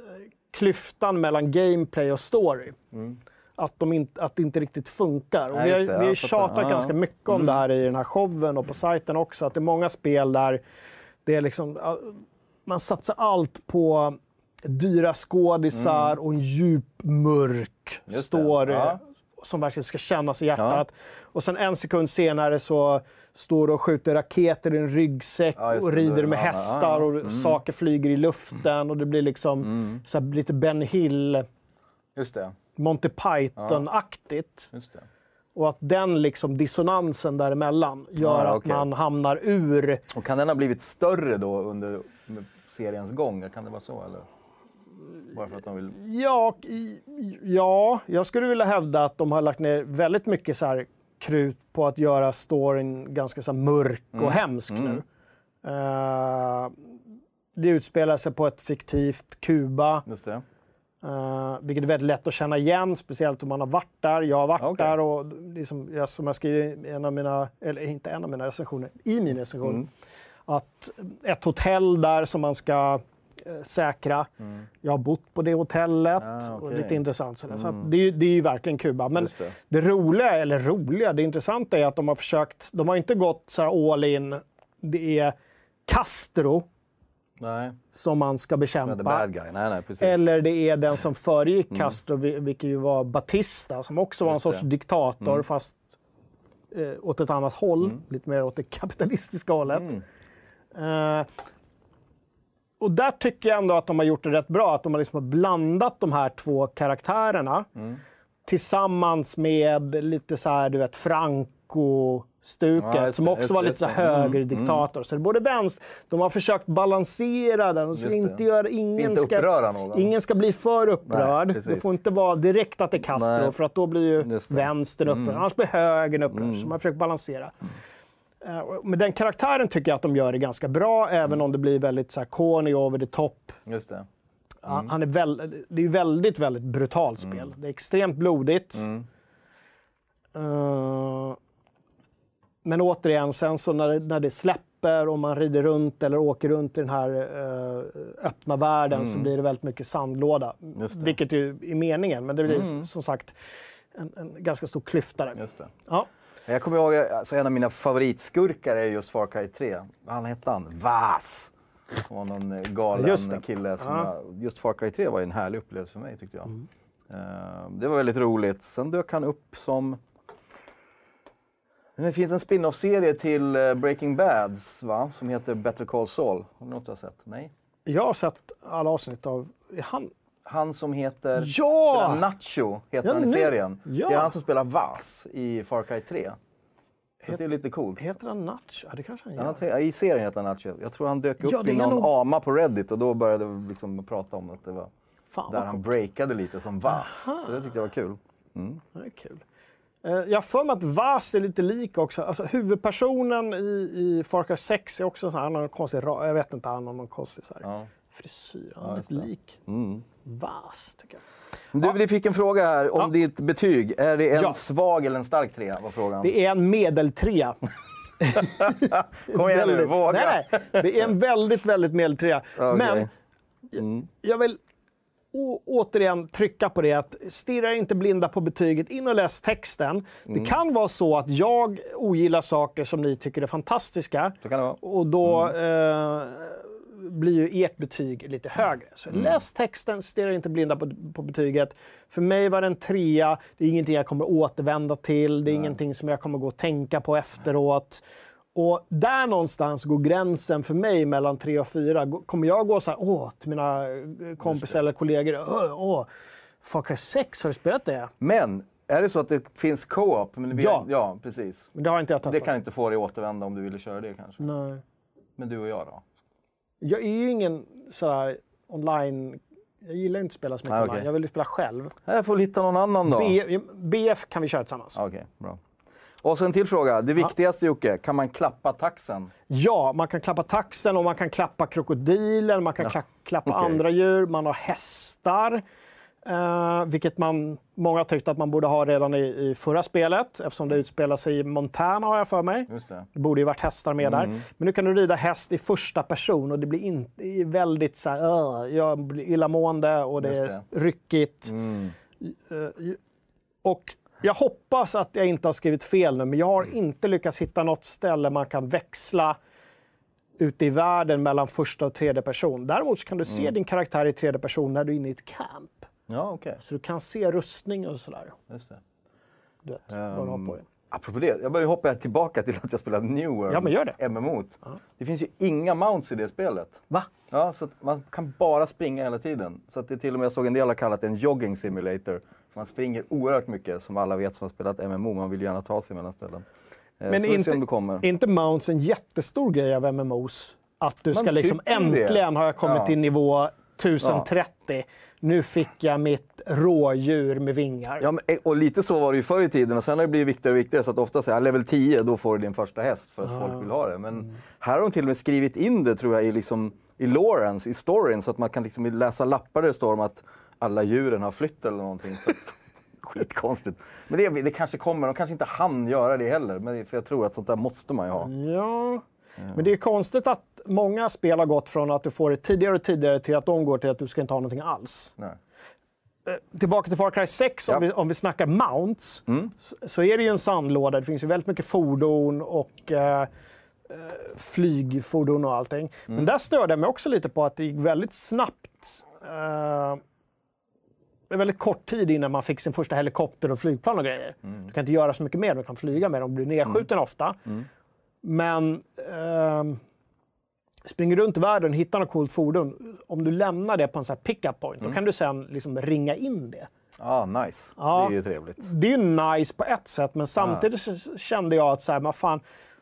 klyftan mellan gameplay och story. Mm. Att, de inte, att det inte riktigt funkar. Och Nej, vi har, just det, vi har jag fattar. tjatat Ja, ganska ja. mycket om Mm. det här i den här showen och på sajten också. Att det är många spel där det är liksom, ja, man satsar allt på dyra skådisar och en djup, mörk Just det, story ja. som verkligen ska kännas i hjärtat. Och sen en sekund senare så står du och skjuter raketer i en ryggsäck Ja, just och det, rider då- med ja, hästar ja, ja. och Mm. saker flyger i luften och det blir liksom Mm. så här, lite Ben Hill, Just det. Monty Python-aktigt. Just det. Och att den liksom dissonansen däremellan gör Ja, att okej. man hamnar ur. Och kan den ha blivit större då under seriens gång? Kan det vara så eller? Bara för att de vill... Ja, i- ja, jag skulle vilja hävda att de har lagt ner väldigt mycket så här krut på att göra storyn ganska så här mörk och Mm. hemsk Mm. nu. Eh, det utspelar sig på ett fiktivt Kuba, Just det. uh, vilket är väldigt lätt att känna igen, speciellt om man har varit där. Jag har varit Okej. där och liksom, jag, som jag skriver i en av mina, eller inte en av mina recensioner, i min recension, Mm. att ett hotell där som man ska eh, säkra. Mm. Jag har bott på det hotellet Ah, och okej. lite intressant. Sådär. Så Mm. att det, är ju- det är ju verkligen Kuba. Men Just det. det roliga, eller roliga, det intressanta är att de har försökt, de har inte gått så här all in. Det är Castro Nej, som man ska the bekämpa. bad guy. Nej, nej, precis. Eller det är den som föregick Mm. Castro, vi- vilket ju var Batista, som också var en Just sorts det. diktator, Mm. fast eh, åt ett annat håll. Mm. Lite mer åt det kapitalistiska hållet. Mm. Eh, och där tycker jag ändå att de har gjort det rätt bra. Att de har liksom blandat de här två karaktärerna Mm. tillsammans med lite så här, du vet, Franco-stuket, Ja, just som det, också just var det, lite så just det. högerdiktator. Så det är både vänster, de har försökt balansera den och så Just det. inte göra, ingen Inte ska, uppröra någon. ingen ska bli för upprörd. Nej, det precis. får inte vara direkt att det är Castro, Nej. för att då blir ju Just det. vänstern upprörd. Mm. Annars blir högern upprörd. Mm. Så man har försökt balansera. Eh, och med den karaktären tycker jag att de gör det ganska bra, även Mm. om det blir väldigt så här corny, over the top. Just det. Han- Han är väl, det är ju väldigt, väldigt brutalt spel. Det är extremt blodigt. Mm. Eh, men återigen, sen så när det, när det släpper och man rider runt eller åker runt i den här eh, öppna världen så Mm. blir det väldigt mycket sandlåda. Just det. Vilket ju är meningen, men det blir Mm. som sagt en, en ganska stor klyfta där. Just det. Ja. Jag kommer ihåg, alltså en av mina favoritskurkar är just Far Cry tre. Vad han hette han? Vas! Det var någon eh, galen Just det. kille. Som Ja. jag, just Far Cry tre var ju en härlig upplevelse för mig tyckte jag. Mm. Eh, det var väldigt roligt. Sen dök han upp som... Det finns en spin-off-serie till eh, Breaking Bads, va? Som heter Better Call Saul. Har ni något du har sett? Nej? Jag har sett alla avsnitt av... Är han? Han som heter... Ja! spelar Nacho, heter Ja, han i nu- serien. ja. Det är han som spelar Vas i Far Cry tre. Så det är lite coolt. Heter han Nacho? Ja, det kanske han gör. Ja, tre- I serien heter han Nacho. Jag tror han dök upp Ja, det i är någon nog- ama på Reddit och då började vi liksom prata om att det var Fan, där vad han coolt. breakade lite som Vas. Aha. Så det tyckte jag var kul. Mm. Det är kul. Eh, Jag har för mig att Vas är lite lik också. Alltså, huvudpersonen i, i Far Cry sex är också så här, han har någon konstig, ra- jag vet inte, han har någon konstig så här, Ja. frisyr. Han Ja, är just lite det. lik Mm. Vas, tycker jag. Du, vi fick en fråga här om Ja. ditt betyg. Är det en Ja. svag eller en stark trea? Var frågan. Det är en medeltrea. Kom igen nu, våga. Nej, nej, det är en väldigt, väldigt medeltrea. Okay. Men mm. jag vill å- återigen trycka på det att stirra inte blinda på betyget, in och läs texten. Mm. Det kan vara så att jag ogillar saker som ni tycker är fantastiska. Så kan det vara. Och då mm. eh, blir ju ert betyg lite högre. Så mm. läs texten, stirra inte blinda på, på betyget. För mig var det en trea, det är ingenting jag kommer återvända till, det är Nej. ingenting som jag kommer gå och tänka på efteråt. Och där någonstans går gränsen för mig mellan tre och fyra. Kommer jag gå så här, åh, till mina kompisar eller kollegor, åh, åh, Far Cry sex, har du spelat det? Men, är det så att det finns co-op? Men ja. Ja, precis. Men det har inte jag testat. Det kan inte få dig återvända om du ville köra det kanske. Nej. Men du och jag då? Jag är ju ingen sådär online... Jag gillar inte att spela så mycket ah, okay. online. Jag vill spela själv. Jag får hitta någon annan då. B- B F kan vi köra tillsammans. Okej, okay, bra. Och så en till fråga. Det viktigaste ja. Jocke, kan man klappa taxen? Ja, man kan klappa taxen och man kan klappa krokodilen, man kan ja. kla- klappa okay. andra djur, man har hästar. Uh, vilket man, många tyckte att man borde ha redan i, i förra spelet, eftersom det utspelar sig i Montana har jag för mig. Just det. Det borde ju varit hästar med mm. där. Men nu kan du rida häst i första person och det blir inte, det är väldigt så här, uh, jag blir illamående och det, det. är ryckigt. Mm. Uh, och jag hoppas att jag inte har skrivit fel nu, men jag har mm. inte lyckats hitta något ställe man kan växla ute i världen mellan första och tredje person. Däremot kan du se mm. din karaktär i tredje person när du är inne i ett camp. Ja, okay. Så du kan se rustning och sådär. Just det. Du vet, um, vad du har på dig. Apropå det, jag börjar hoppa tillbaka till att jag spelar New World. Ja, men gör det. M M O. Ja. Det finns ju inga mounts i det spelet. Va? Ja, så att man kan bara springa hela tiden. Så att det till och med, jag såg en del har kallat det en jogging simulator. Man springer oerhört mycket, som alla vet som har spelat M M O. Man vill gärna ta sig mellan ställen. Men inte, inte mounts en jättestor grej av M M Os? Att du man ska liksom, äntligen det. har jag kommit ja. till nivå tusen trettio. Ja. Nu fick jag mitt rådjur med vingar. Ja, men, och lite så var det ju förr i tiden. Och sen har det blivit viktigare och viktigare. Så att ofta säger level tio, då får du din första häst. För att ah. folk vill ha det. Men mm. här har de till och med skrivit in det, tror jag, i, liksom, i Lawrence, i storyn. Så att man kan liksom läsa lappar där det står om att alla djuren har flytt eller någonting. Så skitkonstigt. Men det, det kanske kommer. De kanske inte hann göra det heller. Men för jag tror att sånt där måste man ju ha. Ja, ja. Men det är konstigt att många spel har gått från att du får det tidigare och tidigare till att de går till att du ska inte ha någonting alls. Nej. Eh, tillbaka till Far Cry sex, ja. om, vi, om vi snackar mounts, mm. så, så är det ju en sandlåda. Det finns ju väldigt mycket fordon och eh, flygfordon och allting. Mm. Men där störde jag mig också lite på att det gick väldigt snabbt. Eh, det är väldigt kort tid innan man fick sin första helikopter och flygplan och grejer. Mm. Du kan inte göra så mycket mer, du kan flyga med dem, blir nedskjuten mm. ofta. Mm. Men eh, springer runt i världen och hittar något coolt fordon. Om du lämnar det på en sån här pick-up point, mm. då kan du sen liksom ringa in det. Ah, nice. Ja, det är ju trevligt. Det är ju nice på ett sätt, men samtidigt ah. så kände jag att så här, man fan...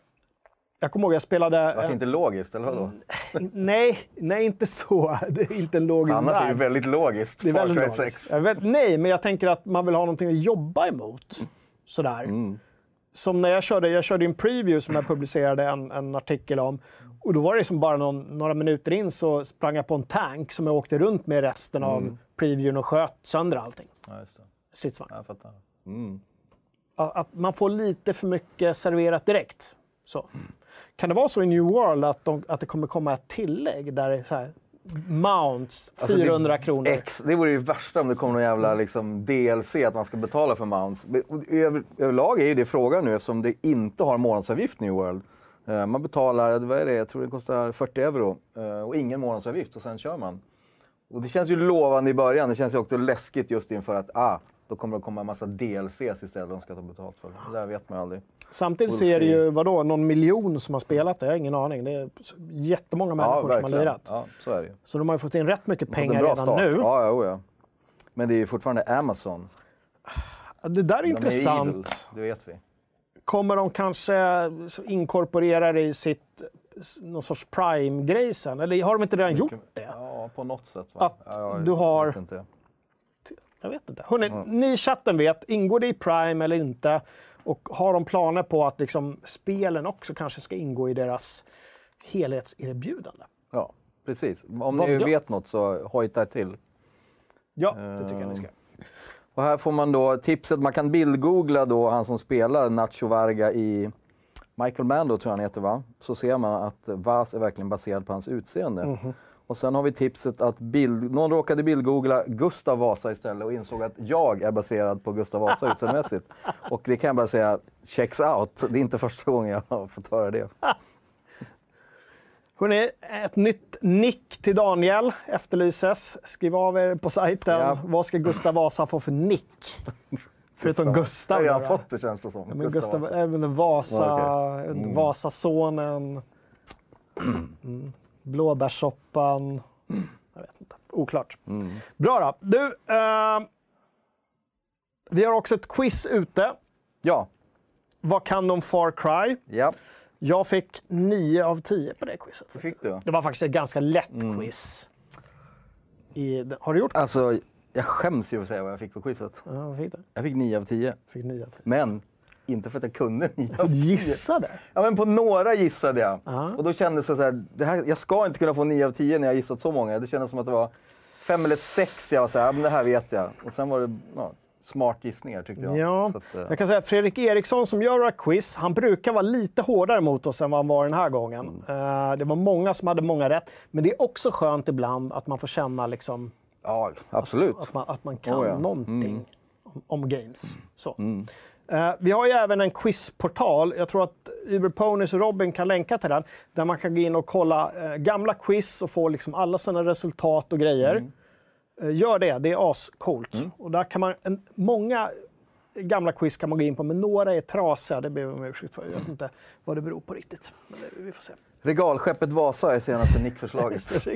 Jag kommer ihåg jag spelade... Det var inte logiskt, eller vadå? Nej, nej, inte så. Det är inte en logisk Annars värld. Är det väldigt logiskt. Det är väldigt logiskt. Vet, nej, men jag tänker att man vill ha någonting att jobba emot. Sådär. Mm. Som när jag körde, jag körde en preview som jag publicerade en, en artikel om. Och då var det som bara någon, några minuter in så sprang jag på en tank som jag åkte runt med resten mm. av previewn och sköt sönder allting. Ja, just det. Stridsvagn. Jag fattar. Mm. Att, att man får lite för mycket serverat direkt. Så. Mm. Kan det vara så i New World att, de, att det kommer komma ett tillägg där det är så här, mounts, fyrahundra alltså det, kronor? X, det vore ju värsta om det kommer någon jävla liksom, D L C att man ska betala för mounts. Över, överlag är ju det frågan nu eftersom det inte har månadsavgift New World. Uh, man betalar, vad är det, jag tror det kostar fyrtio euro uh, och ingen månadsavgift och sen kör man. Och det känns ju lovande i början, det känns ju också läskigt just inför att ah, då kommer det komma en massa D L Cs istället de ska ta betalt för. Det där vet man aldrig. Samtidigt så är det ju vadå, någon miljon som har spelat det, jag har ingen aning. Det är jättemånga människor ja, som har lirat. Ja, så är det ju. Så de har ju fått in rätt mycket pengar redan start. nu. Ja, ja, ja. Men det är ju fortfarande Amazon. Det där är de intressant. Är evil, det vet vi. Kommer de kanske inkorporera det i sitt någon sorts Prime-grej sen? Eller har de inte redan mycket, gjort det? Ja, på något sätt. Va? Att ja, du har... Vet inte. Jag vet inte. Hörrni, mm. ni i chatten vet, ingår det i Prime eller inte? Och har de planer på att liksom, spelen också kanske ska ingå i deras helhetserbjudande? Ja, precis. Om Vad ni vet jag? något så hojta till. Ja, det tycker jag ni ska. Och här får man då tipset, man kan bildgoogla då han som spelar Nacho Varga i Michael Mando tror jag han heter, va? Så ser man att Vaz är verkligen baserad på hans utseende. Mm-hmm. Och sen har vi tipset att bild, någon råkade bildgoogla Gustav Vasa istället och insåg att jag är baserad på Gustav Vasa utseendemässigt. Och det kan jag bara säga, checks out. Det är inte första gången jag har fått höra det. Hörrni, ett nytt nick till Daniel efterlyses. Skriv av er på sajten. Ja. Vad ska Gustav Vasa få för nick? Förutom Gustav. Jag har fått det, känns det som. Ja, men Gustav, Gustav även Vasa, okay. mm. Vasasonen, mm. blåbärssoppan. Mm. Jag vet inte. Oklart. Mm. Bra då. Du, eh, vi har också ett quiz ute. Ja. Vad kan de Far Cry? Ja. Jag fick nio av tio på det quizet. Det fick du. Det var faktiskt ett ganska lätt mm. quiz. I, har du gjort det? Alltså, jag skäms ju att säga vad jag fick på quizet. Ja, vad fick du? Jag fick nio av tio. Fick nio av tio. Men inte för att jag kunde nio av tio. Du gissade? Ja, men på några gissade jag. Uh-huh. Och då kändes det så här, det här, jag ska inte kunna få nio av tio när jag gissat så många. Det kändes som att det var fem eller sex. Jag var så här, ja, men det här vet jag. Och sen var det ja, smart gissningar tyckte jag. Ja, så att, uh... jag kan säga att Fredrik Eriksson som gör våra quiz, han brukar vara lite hårdare mot oss än vad han var den här gången. Mm. Uh, det var många som hade många rätt. Men det är också skönt ibland att man får känna liksom... Ja, absolut. Att, att, man, att man kan oh, ja. någonting mm. om, om games. Så. Mm. Uh, vi har ju även en quizportal. Jag tror att Uber Ponys och Robin kan länka till den. Där man kan gå in och kolla uh, gamla quiz och få liksom alla sina resultat och grejer. Mm. Uh, gör det, det är ascoolt. Mm. Och där kan man, en, många gamla quiz kan man gå in på, men några är trasiga. Det ber jag om ursäkt för. Jag vet inte vad det beror på riktigt. Men det, vi får se. Regalskeppet Vasa är senaste nickförslaget.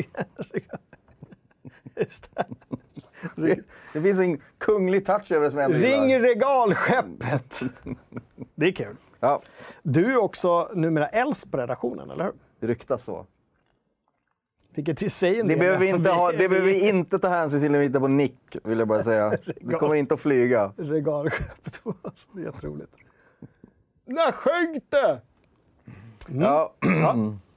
Just det. Det, det finns en kunglig touch över det som händer. Ring regalskeppet! Det är kul. Ja. Du är också numera äldst på redaktionen, eller hur? Det ryktas så. Vilket i sig det behöver vi inte ha, det behöver vi inte ta hänsyn till när vi hittar på nick, vill jag bara säga. Vi kommer inte att flyga. Regalskeppet, det är jätteroligt. När sjönk det? Mm. Ja. Ja.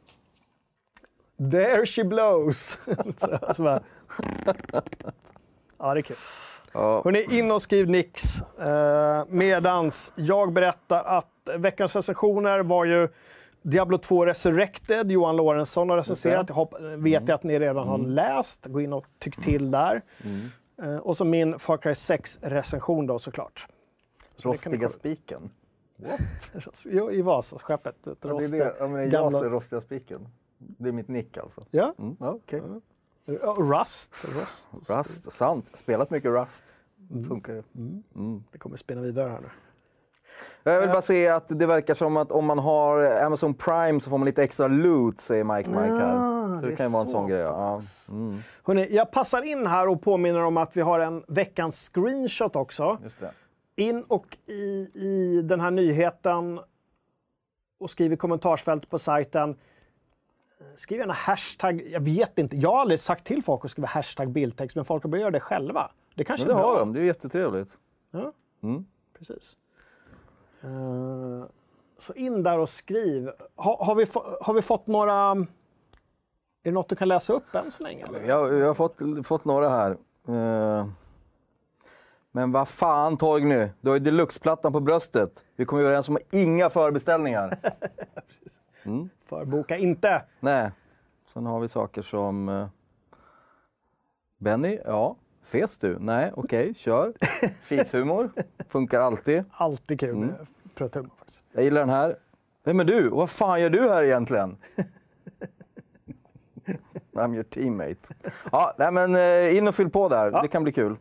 There she blows. så, så ja, det är kul. Ja. Hörrni, in och skriv nix. Eh, medans jag berättar att veckans recensioner var ju Diablo två Resurrected. Johan Lorentzon har recenserat. Jag hopp, vet mm. jag att ni redan har mm. läst. Gå in och tyck till där. Mm. Eh, och så min Far Cry sex-recension då såklart. Så rostiga spiken? What? Jo, i Vasaskeppet. Ja, det är det. Ja, men jag gamla... är rostiga spiken. Det är mitt nick alltså. Ja. Mm. Ja, okay. ja. Rust. Rust. Rust, sant. Spelat mycket Rust. Mm. Funkar ju. Mm. Mm. Det kommer spinna vidare här nu. Jag vill bara säga att det verkar som att om man har Amazon Prime så får man lite extra loot, säger Mike Mike här. Ah, så det, det kan ju vara en sån grej. Ja. Mm. Hörrni, jag passar in här och påminner om att vi har en veckans screenshot också. Just det. In och i, i den här nyheten och skriv i kommentarsfältet på sajten. Skriv gärna hashtag, jag vet inte, jag har aldrig sagt till folk att skriva hashtag bildtext, men folk har börjat göra det själva. Det kanske men det är bra. har de, det är jättetrevligt. Ja, mm. precis. Uh, så in där och skriv. Ha, har, vi få, har vi fått några... Är det något du kan läsa upp än så länge? Eller? Jag, jag har fått, fått några här. Uh, men vad fan Torgny, du har ju deluxe-plattan på bröstet. Vi kommer överens om inga förbeställningar. Mm. Förboka inte. Nej. Sen har vi saker som... Uh, Benny, ja. Fes du? Nej, okej, okay, kör. Fishumor. Funkar alltid. Alltid kul med mm. pröthumor faktiskt. Jag gillar den här. Vem är du? Och vad fan gör du här egentligen? I'm your teammate. Ja, nej men uh, in och fyll på där. Ja. Det kan bli kul.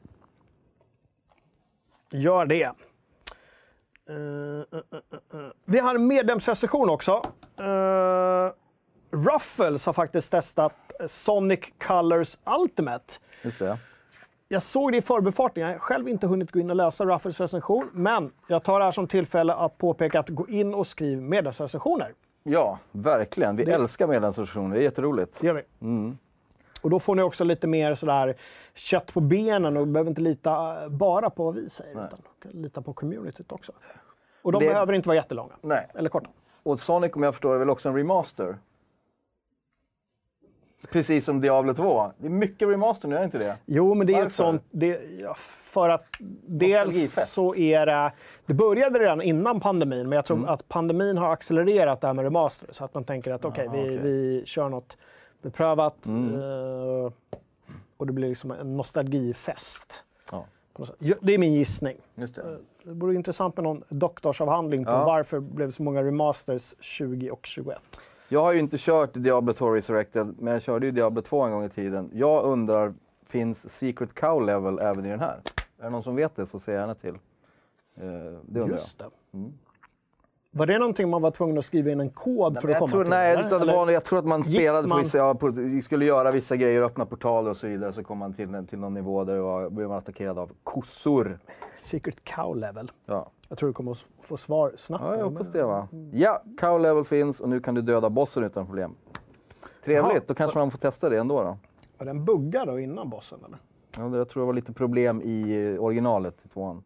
Gör det. Uh, uh, uh, uh. Vi har en medlemsrecension också. Uh, Ruffles har faktiskt testat Sonic Colors Ultimate. Just det. Jag såg det i förbifarten. Jag har själv inte hunnit gå in och läsa Ruffles recension. Men jag tar det här som tillfälle att påpeka att gå in och skriv medlemsrecensioner. Ja, verkligen. Vi det... älskar medlemsrecensioner. Det är jätteroligt. Det gör vi. Mm. Och då får ni också lite mer sådär kött på benen och behöver inte lita bara på vad vi säger. Nej. Utan lita på communityt också. Och de det... behöver inte vara jättelånga. Nej. Eller korta. Och Sonic, om jag förstår, är väl också en remaster? Precis som Diablo två. Det är mycket remaster nu, är det inte det? Jo, men det är Varför? ett sånt... Det, ja, för att dels så är det... Det började redan innan pandemin, men jag tror mm. att pandemin har accelererat det här med remaster. Så att man tänker att okej, okay, vi, okay. vi kör något beprövat mm. uh, och det blir liksom en nostalgifest. Ja. Det är min gissning. Just det. Det vore intressant med någon doktorsavhandling på ja. varför det blev så många remasters tjugo och tjugoett. Jag har ju inte kört Diablo två Resurrected, men jag körde ju Diablo två en gång i tiden. Jag undrar, finns Secret Cow Level även i den här? Är det någon som vet det så säg gärna till. Eh, det undrar Just det. jag. Mm. Var det någonting man var tvungen att skriva in en kod nej, för att komma tror, till? Nej, det, det var, jag tror att man spelade man... på vissa, ja, på, skulle göra vissa grejer, öppna portaler och så vidare, så kom man till, till någon nivå där det var, blev man attackerad av kossor. Secret Cow Level. Ja. Jag tror du kommer att få svar snabbt. Ja, jag hoppas det va. Ja, Cow Level finns och nu kan du döda bossen utan problem. Trevligt, Aha. Då kanske man får testa det ändå då. Var den buggad då innan bossen eller? Ja, det, jag tror det var lite problem i originalet i tvåan.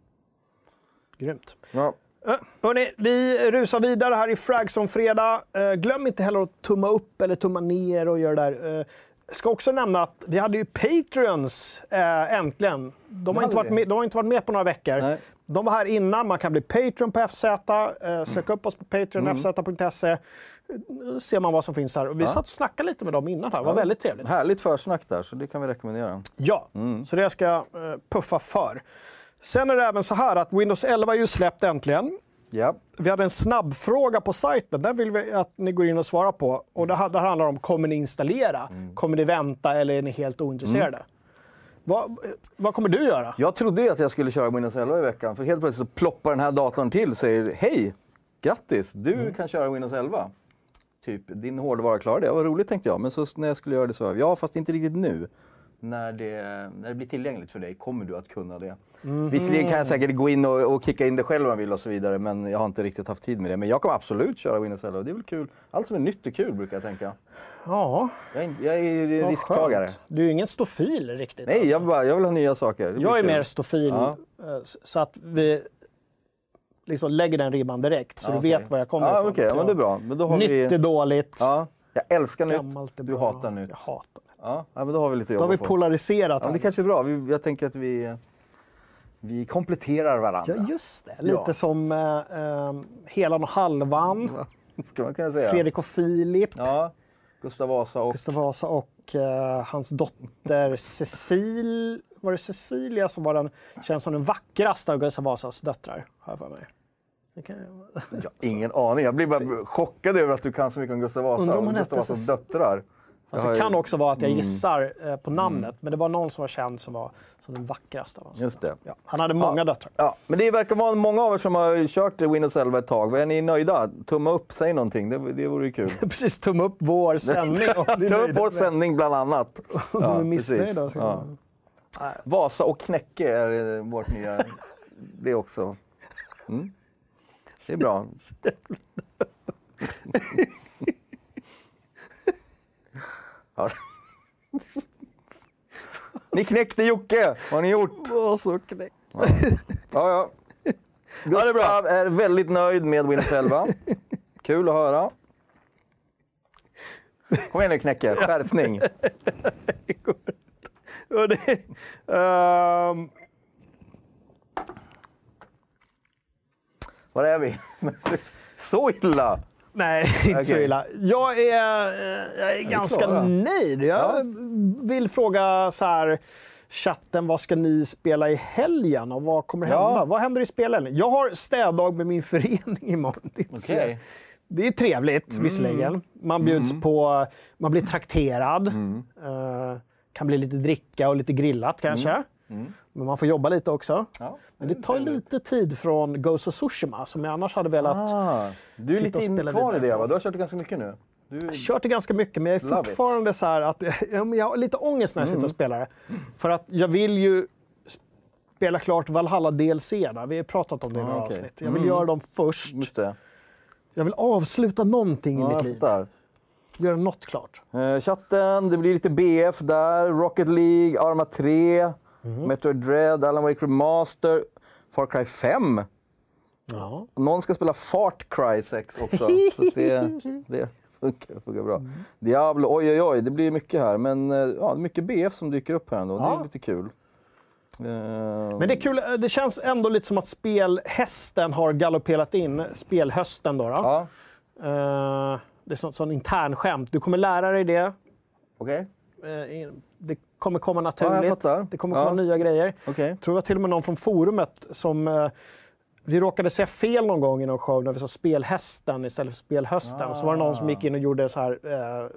Grymt. Ja. Uh, hörrni, vi rusar vidare här i Fragson-fredag. Uh, glöm inte heller att tumma upp eller tumma ner och göra det där. Uh, ska också nämna att vi hade ju Patreons uh, äntligen. De har, inte varit med, de har inte varit med på några veckor. Nej. De var här innan. Man kan bli Patreon på F Z. Uh, sök upp oss på Patreon, mm. f z punkt se. Uh, ser man vad som finns här. Och vi ja. satt och snackade lite med dem innan här. Det var ja. väldigt trevligt. Härligt försnack där, så det kan vi rekommendera. Ja, mm. så det ska jag uh, puffa för. Sen är det även så här att Windows elva är ju släppt äntligen. Yep. Vi hade en snabbfråga på sajten. Den vill vi att ni går in och svarar på. Och det, det handlar om, kommer ni installera? Mm. Kommer ni vänta eller är ni helt ointresserade? Mm. Vad, vad kommer du göra? Jag trodde att jag skulle köra Windows elva i veckan. För helt plötsligt så ploppar den här datorn till och säger hej, grattis, du mm. kan köra Windows elva. Typ, din hårdvara klarar det. Det var roligt tänkte jag. Men så när jag skulle göra det så, ja fast inte riktigt nu. När det, när det blir tillgängligt för dig kommer du att kunna det. Mm. Visserligen kan jag säkert gå in och, och kicka in det själv om jag vill och så vidare, men jag har inte riktigt haft tid med det. Men jag kommer absolut köra Windows elva, det är väl kul. Allt som är nytt är kul brukar jag tänka. Ja. Jag är, jag är en risktagare. Du är ju ingen stofil riktigt. Nej, alltså. jag, bara, jag vill ha nya saker. Jag är kul. Mer stofil, ja. Så att vi liksom lägger den ribban direkt, så ja, du okay. vet var jag kommer ja, ifrån. Okay. Ja, men det är bra. Men då har nytt vi... är dåligt. Ja. Jag älskar nytt, du bra. hatar nytt. Jag hatar nytt. Ja, men då har vi lite jobb. Då har vi polariserat. Ja, det kanske är bra. Vi, jag tänker att vi, vi kompletterar varandra. Ja, just det. Lite ja. som eh, Helan och Halvan. Ja, ska man kunna säga. Fredrik och Filip. Ja, Gustav Vasa och... Gustav Vasa och eh, hans dotter Cecil. Var det Cecilia som var den, känns som den vackraste av Gustav Vasas döttrar, har jag för mig. Kan jag... Jag har ingen aning. Jag blir bara chockad över att du kan så mycket om Gustav Vasa och Gustav Vasas döttrar. Alltså, det kan också vara att jag gissar mm. på namnet, mm. men det var någon som var känd som var som den vackraste av oss. Just det. Ja, han hade många ja. döttrar. Ja, men det verkar vara många av er som har kört Windows elva ett tag. Är ni nöjda? Tumma upp, säg någonting. Det, det vore ju kul. Precis, tumma upp vår sändning. Tumma upp vår sändning bland annat. Ja, precis. Då, ja. Vasa och Knäcke är vårt nya... Det också. Mm. Det är bra. Ja. Ni knäckte Jocke, vad har ni gjort? Åh, så knäck. Ja, ja. ja. Gustav ja, är, bra. är väldigt nöjd med Windows elva. Kul att höra. Kom igen nu Knäcke, skärpning. um... Var är vi? Så illa? Nej, inte okay. så illa. Jag är, jag är ganska klar, nöjd. Jag ja. vill fråga så här, chatten, vad ska ni spela i helgen och vad kommer hända? Ja. Vad händer i spelen? Jag har städdag med min förening imorgon. Okay. Det är trevligt, mm. visserligen. Man bjuds mm. på, man blir trakterad. Mm. Uh, kan bli lite dricka och lite grillat kanske. Mm. Mm. Men man får jobba lite också. Ja, men det tar lite tid från Ghost of Tsushima som jag annars hade velat ah, du är lite in kvar i det, va? Du har kört det ganska mycket nu. Du... Jag har kört det ganska mycket, men jag är Love fortfarande it. så här att jag har lite ångest när jag sitter mm. och spelar det. För att jag vill ju spela klart Valhalla D L C. Där. Vi har pratat om det i några ah, okay. avsnitt. Jag vill mm. göra dem först. Just det. Jag vill avsluta någonting ja, i mitt liv. Där. Göra något klart. Uh, chatten, det blir lite B F där. Rocket League, Arma tre. Mm. Metroid Dread, Alan Wake Remaster, Far Cry fem. Ja. Någon ska spela Fart Cry sex också. Så det, det, funkar, funkar bra. Mm. Diablo, oj oj oj, det blir mycket här. Men ja, mycket B F som dyker upp här ändå. Ja. Det är lite kul. Uh... Men det är kul, det känns ändå lite som att spelhästen har galopperat in. Spelhösten då. då. Ja. Uh, det är sånt, sån intern skämt. Du kommer lära dig det. Okej. Okay. Uh, det kommer komma naturligt. Ja, det kommer komma ja. nya grejer. Okay. Jag tror det var till och med någon från forumet som... Uh, vi råkade säga fel någon gång i någon show när vi sa spelhästen istället för spelhösten. Ah. Så var det någon som gick in och gjorde så här uh,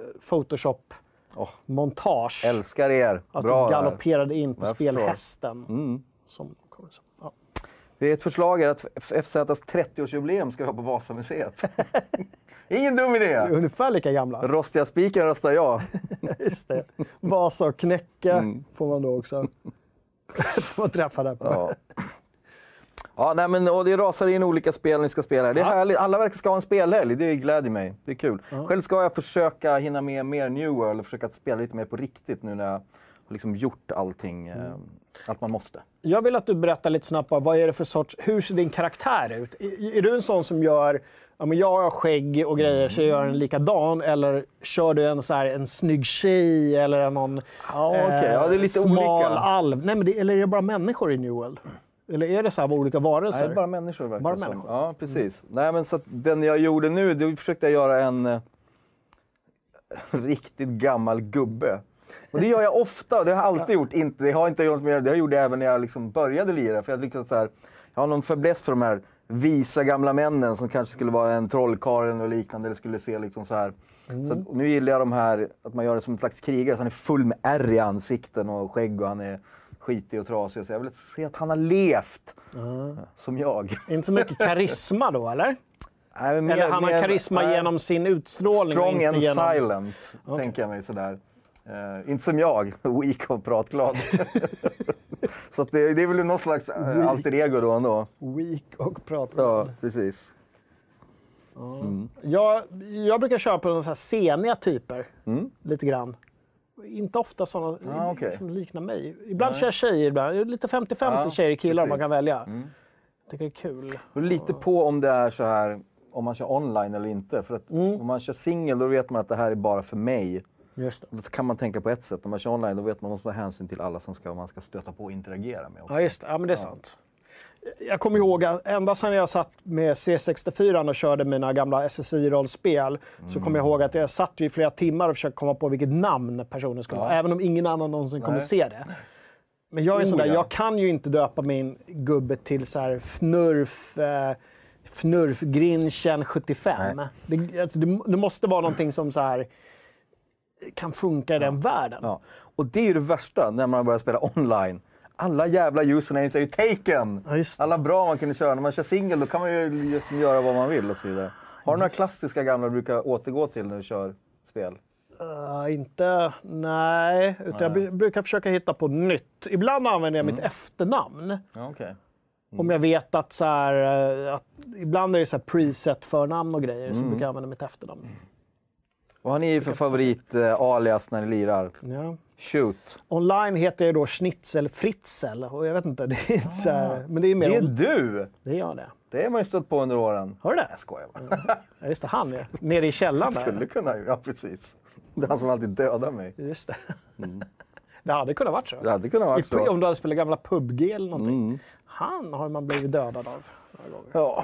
Photoshop-montage. Oh. Älskar er. Att Bra de galopperade in på jag spelhästen. Mm. Som, ja. Det är ett förslag är att F Z:s trettioårsjubileum ska vara på Vasamuseet. Ingen dum idé. Ungefär lika gamla. Rostiga spiken röstar jag. Just det. Vasa och knäcka mm. får man då också. får man träffa där på. Ja. Ja, nej, men, och det rasar in olika spel ni ska spela. Det är ja. härligt. Alla verkar ska ha en spelhelg. Det glädjer mig. Det är kul. Ja. Själv ska jag försöka hinna med mer New World och försöka spela lite mer på riktigt nu när jag har liksom gjort allting. Mm. Eh, allt man måste. Jag vill att du berättar lite snabbt vad är det för sorts... Hur ser din karaktär ut? Är, är du en sån som gör... Ja, men jag har skägg och grejer, så jag gör en likadan. Eller kör du en, så här, en snygg tjej eller någon ja, okay. eh, ja, det är lite smal olika. alv? Nej, men det, eller är det bara människor i New World? Eller är det så här olika varelser? Nej, bara människor verkar bara som. människor. Ja, precis. Mm. Nej, men så att den jag gjorde nu, då försökte jag göra en eh, riktigt gammal gubbe. Och det gör jag ofta, det har jag alltid gjort. Inte, det har jag inte gjort mer, det har jag gjort även när jag liksom började lira. För jag tyckte att så här, jag har någon fäbless för de här visa gamla männen som kanske skulle vara en trollkarl och liknande. Eller skulle se liksom så här. Mm. Så att, nu gillar jag de här, att man gör det som en slags krigare. Så han är full med ärr i ansikten och skägg och han är skitig och trasig. Så jag vill se att han har levt mm. som jag. Inte så mycket karisma då, eller? Nej, mer, eller han har mer, karisma äh, genom sin utstrålning? Strong och and genom... silent, okay. tänker jag mig sådär. Uh, inte som jag, weak och pratglad. Så att det, det är väl någon slags uh, alter ego då ändå. Weak och pratglad. Ja, precis. Mm. Jag, jag brukar köra på så här seniga typer, mm. lite grann. Inte ofta sådana ah, okay. som liknar mig. Ibland Nej. kör jag tjejer, ibland. Lite femtio femtio ah, tjejer, killar precis. Man kan välja. Mm. Jag tycker det är kul. Och lite på om det är så här, om man kör online eller inte. För att mm. om man kör singel då vet man att det här är bara för mig. Just det. Då kan man tänka på ett sätt. Om man kör online då vet man att man måste ta hänsyn till alla som ska, man ska stöta på och interagera med också. Ja, just det. Ja, men det är ja. sant. Jag kommer ihåg att ända sedan jag satt med C sextiofyra och körde mina gamla S S I-rollspel mm. så kommer jag ihåg att jag satt i flera timmar och försökte komma på vilket namn personen skulle ja. ha. Även om ingen annan någonsin Nej. kommer se det. Men jag är oh, sådär, ja. jag kan ju inte döpa min gubbe till så här fnurf, eh, fnurf-grinchen sjuttiofem. Det, alltså, det, det måste vara någonting som så här kan funka i ja. den världen. Ja. Och det är ju det värsta när man börjar spela online. Alla jävla usernames är ju taken. Ja, alla bra man kan köra. När man kör single då kan man ju liksom göra vad man vill och så vidare. Har du några klassiska gamla du brukar återgå till när du kör spel? Uh, inte, nej. Utan nej. Jag brukar försöka hitta på nytt. Ibland använder jag mm. mitt efternamn. Ja, okay. mm. Om jag vet att så här, att ibland är det så här preset förnamn och grejer mm. så brukar jag använda mitt efternamn. Mm. Vad har ni för favorit uh, alias när ni lirar? Ja. Shoot. Online heter jag då Schnitzel Fritzl och jag vet inte, det är inte så här, men det är mer... Det är du! Det är jag det. Det har man ju stått på under åren. Har du det? Jag skojar bara. Ja, just det, han är nere i källaren där. Skulle kunna, ja precis. Det är han som alltid dödar mig. Just det. Mm. Det hade kunnat varit så. Det hade kunnat varit så. Om du hade spelat gamla P U B G eller någonting. Mm. Han har man blivit dödad av några gånger. Ja.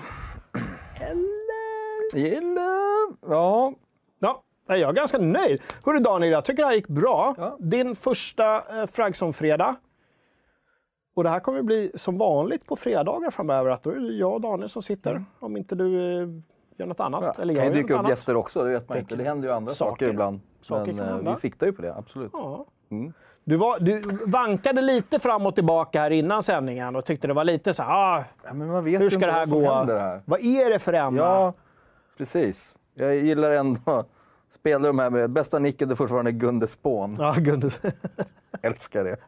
Eller? Eller? Ja. Ja. Jag är ganska nöjd. Hörru Daniel, jag tycker det här gick bra. Ja. Din första eh, Fragsson-fredag. Och det här kommer bli som vanligt på fredagar framöver. Att då är det jag och Daniel som sitter. Mm. Om inte du eh, gör något annat. Ja. Eller kan jag ju dyka upp annat. gäster också, det vet man inte. Det händer ju andra saker, saker ibland. Saker Men eh, vi siktar ju på det, absolut. Ja. Mm. Du, var, du vankade lite fram och tillbaka här innan sändningen och tyckte det var lite så här, ah, ja, men man vet hur ska det här gå? Här. Vad är det för ämne? Ja, precis. Jag gillar ändå... Spelar de här med bästa nicket är fortfarande Gunde Spån. Ja, Gunde. Älskar det.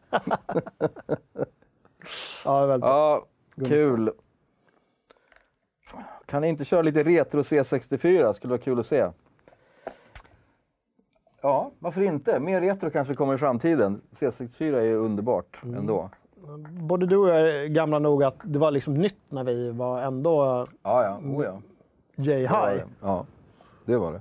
Ja, väldigt ja, kul. Kan ni inte köra lite retro C sextiofyra? Skulle vara kul att se. Ja, varför inte? Mer retro kanske kommer i framtiden. C sextiofyra är ju underbart mm. ändå. Både du och jag är gamla nog att det var liksom nytt när vi var ändå... Ja, ja. Oh, ja. J-high. Ja, det var det.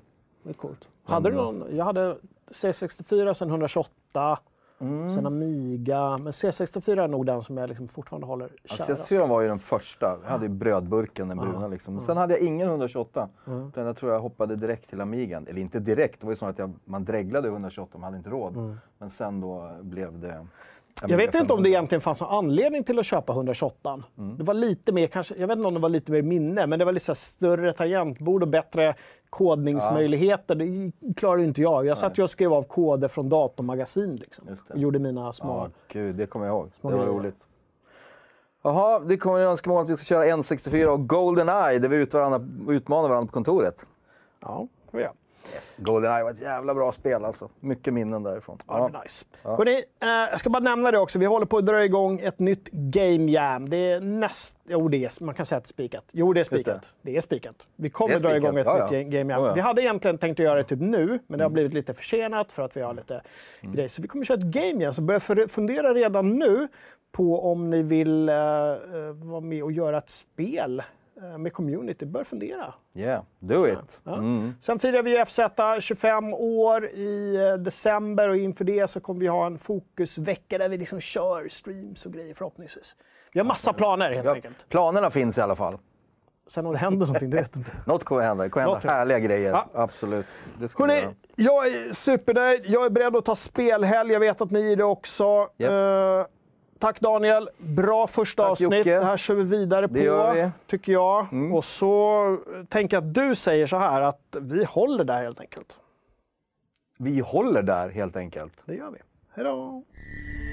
Det är coolt. Hade du någon, jag hade C sextiofyra, sen etthundratjugoåtta, mm. sen Amiga. Men C sextiofyra är nog den som jag liksom fortfarande håller kärast. Ja, C sextiofyra var ju den första. Jag hade ju brödburken, den bruna. Liksom. Sen hade jag ingen etthundratjugoåtta. Mm. Utan jag tror jag hoppade direkt till Amigan. Eller inte direkt, det var ju så att jag, man dreglade etthundratjugoåtta, man hade inte råd. Mm. Men sen då blev det... Jag vet inte om det egentligen fanns någon anledning till att köpa etthundratjugoåtta. Mm. Det var lite mer, kanske, jag vet inte om det var lite mer minne, men det var lite så större tangentbord och bättre kodningsmöjligheter. Ja. Det klarade ju inte jag. Jag Nej. satt ju och skrev av koder från datormagasin liksom. Och gjorde mina små... Ja, gud, det kommer jag ihåg. Det var grejer. Roligt. Jaha, det kommer en önskemål att vi ska köra N sextiofyra och GoldenEye där vi utmanar varandra på kontoret. Ja, det får vi göra. Yes. GoldenEye var ett jävla bra spel alltså. Mycket minnen därifrån. Ja, ja. Nice. Ja. Hörrni, eh, jag ska bara nämna det också. Vi håller på att dra igång ett nytt Game Jam. Det är näst... Jo, det är, man kan säga att det är spikat. Jo, det är spikat. Det. det är spikat. Vi kommer att dra igång ett ja, nytt ja. Game Jam. Ja, ja. Vi hade egentligen tänkt att göra det typ nu, men det har blivit lite försenat för att vi har lite mm. grejer. Så vi kommer att köra ett Game Jam. Så börja fundera redan nu på om ni vill uh, vara med och göra ett spel med community. Bör fundera. Yeah, do it. Ja. Mm. Sen firar vi F Z tjugofem år i december och inför det så kommer vi ha en fokusvecka där vi liksom kör streams och grejer förhoppningsvis. Vi har massa planer helt ja, enkelt. Planerna finns i alla fall. Sen om det händer någonting, det vet inte. Något kommer hända. Det kommer hända härliga grejer. Ja. Absolut. Det ska Hörrni, jag är supernöjd. Jag är beredd att ta spelhelg. Jag vet att ni är det också. Yep. Uh, Tack Daniel, bra första Tack, avsnitt. Jocke. Det här kör vi vidare på, vi. tycker jag. Mm. Och så tänker jag att du säger så här att vi håller där helt enkelt. Vi håller där helt enkelt. Det gör vi. Hej då!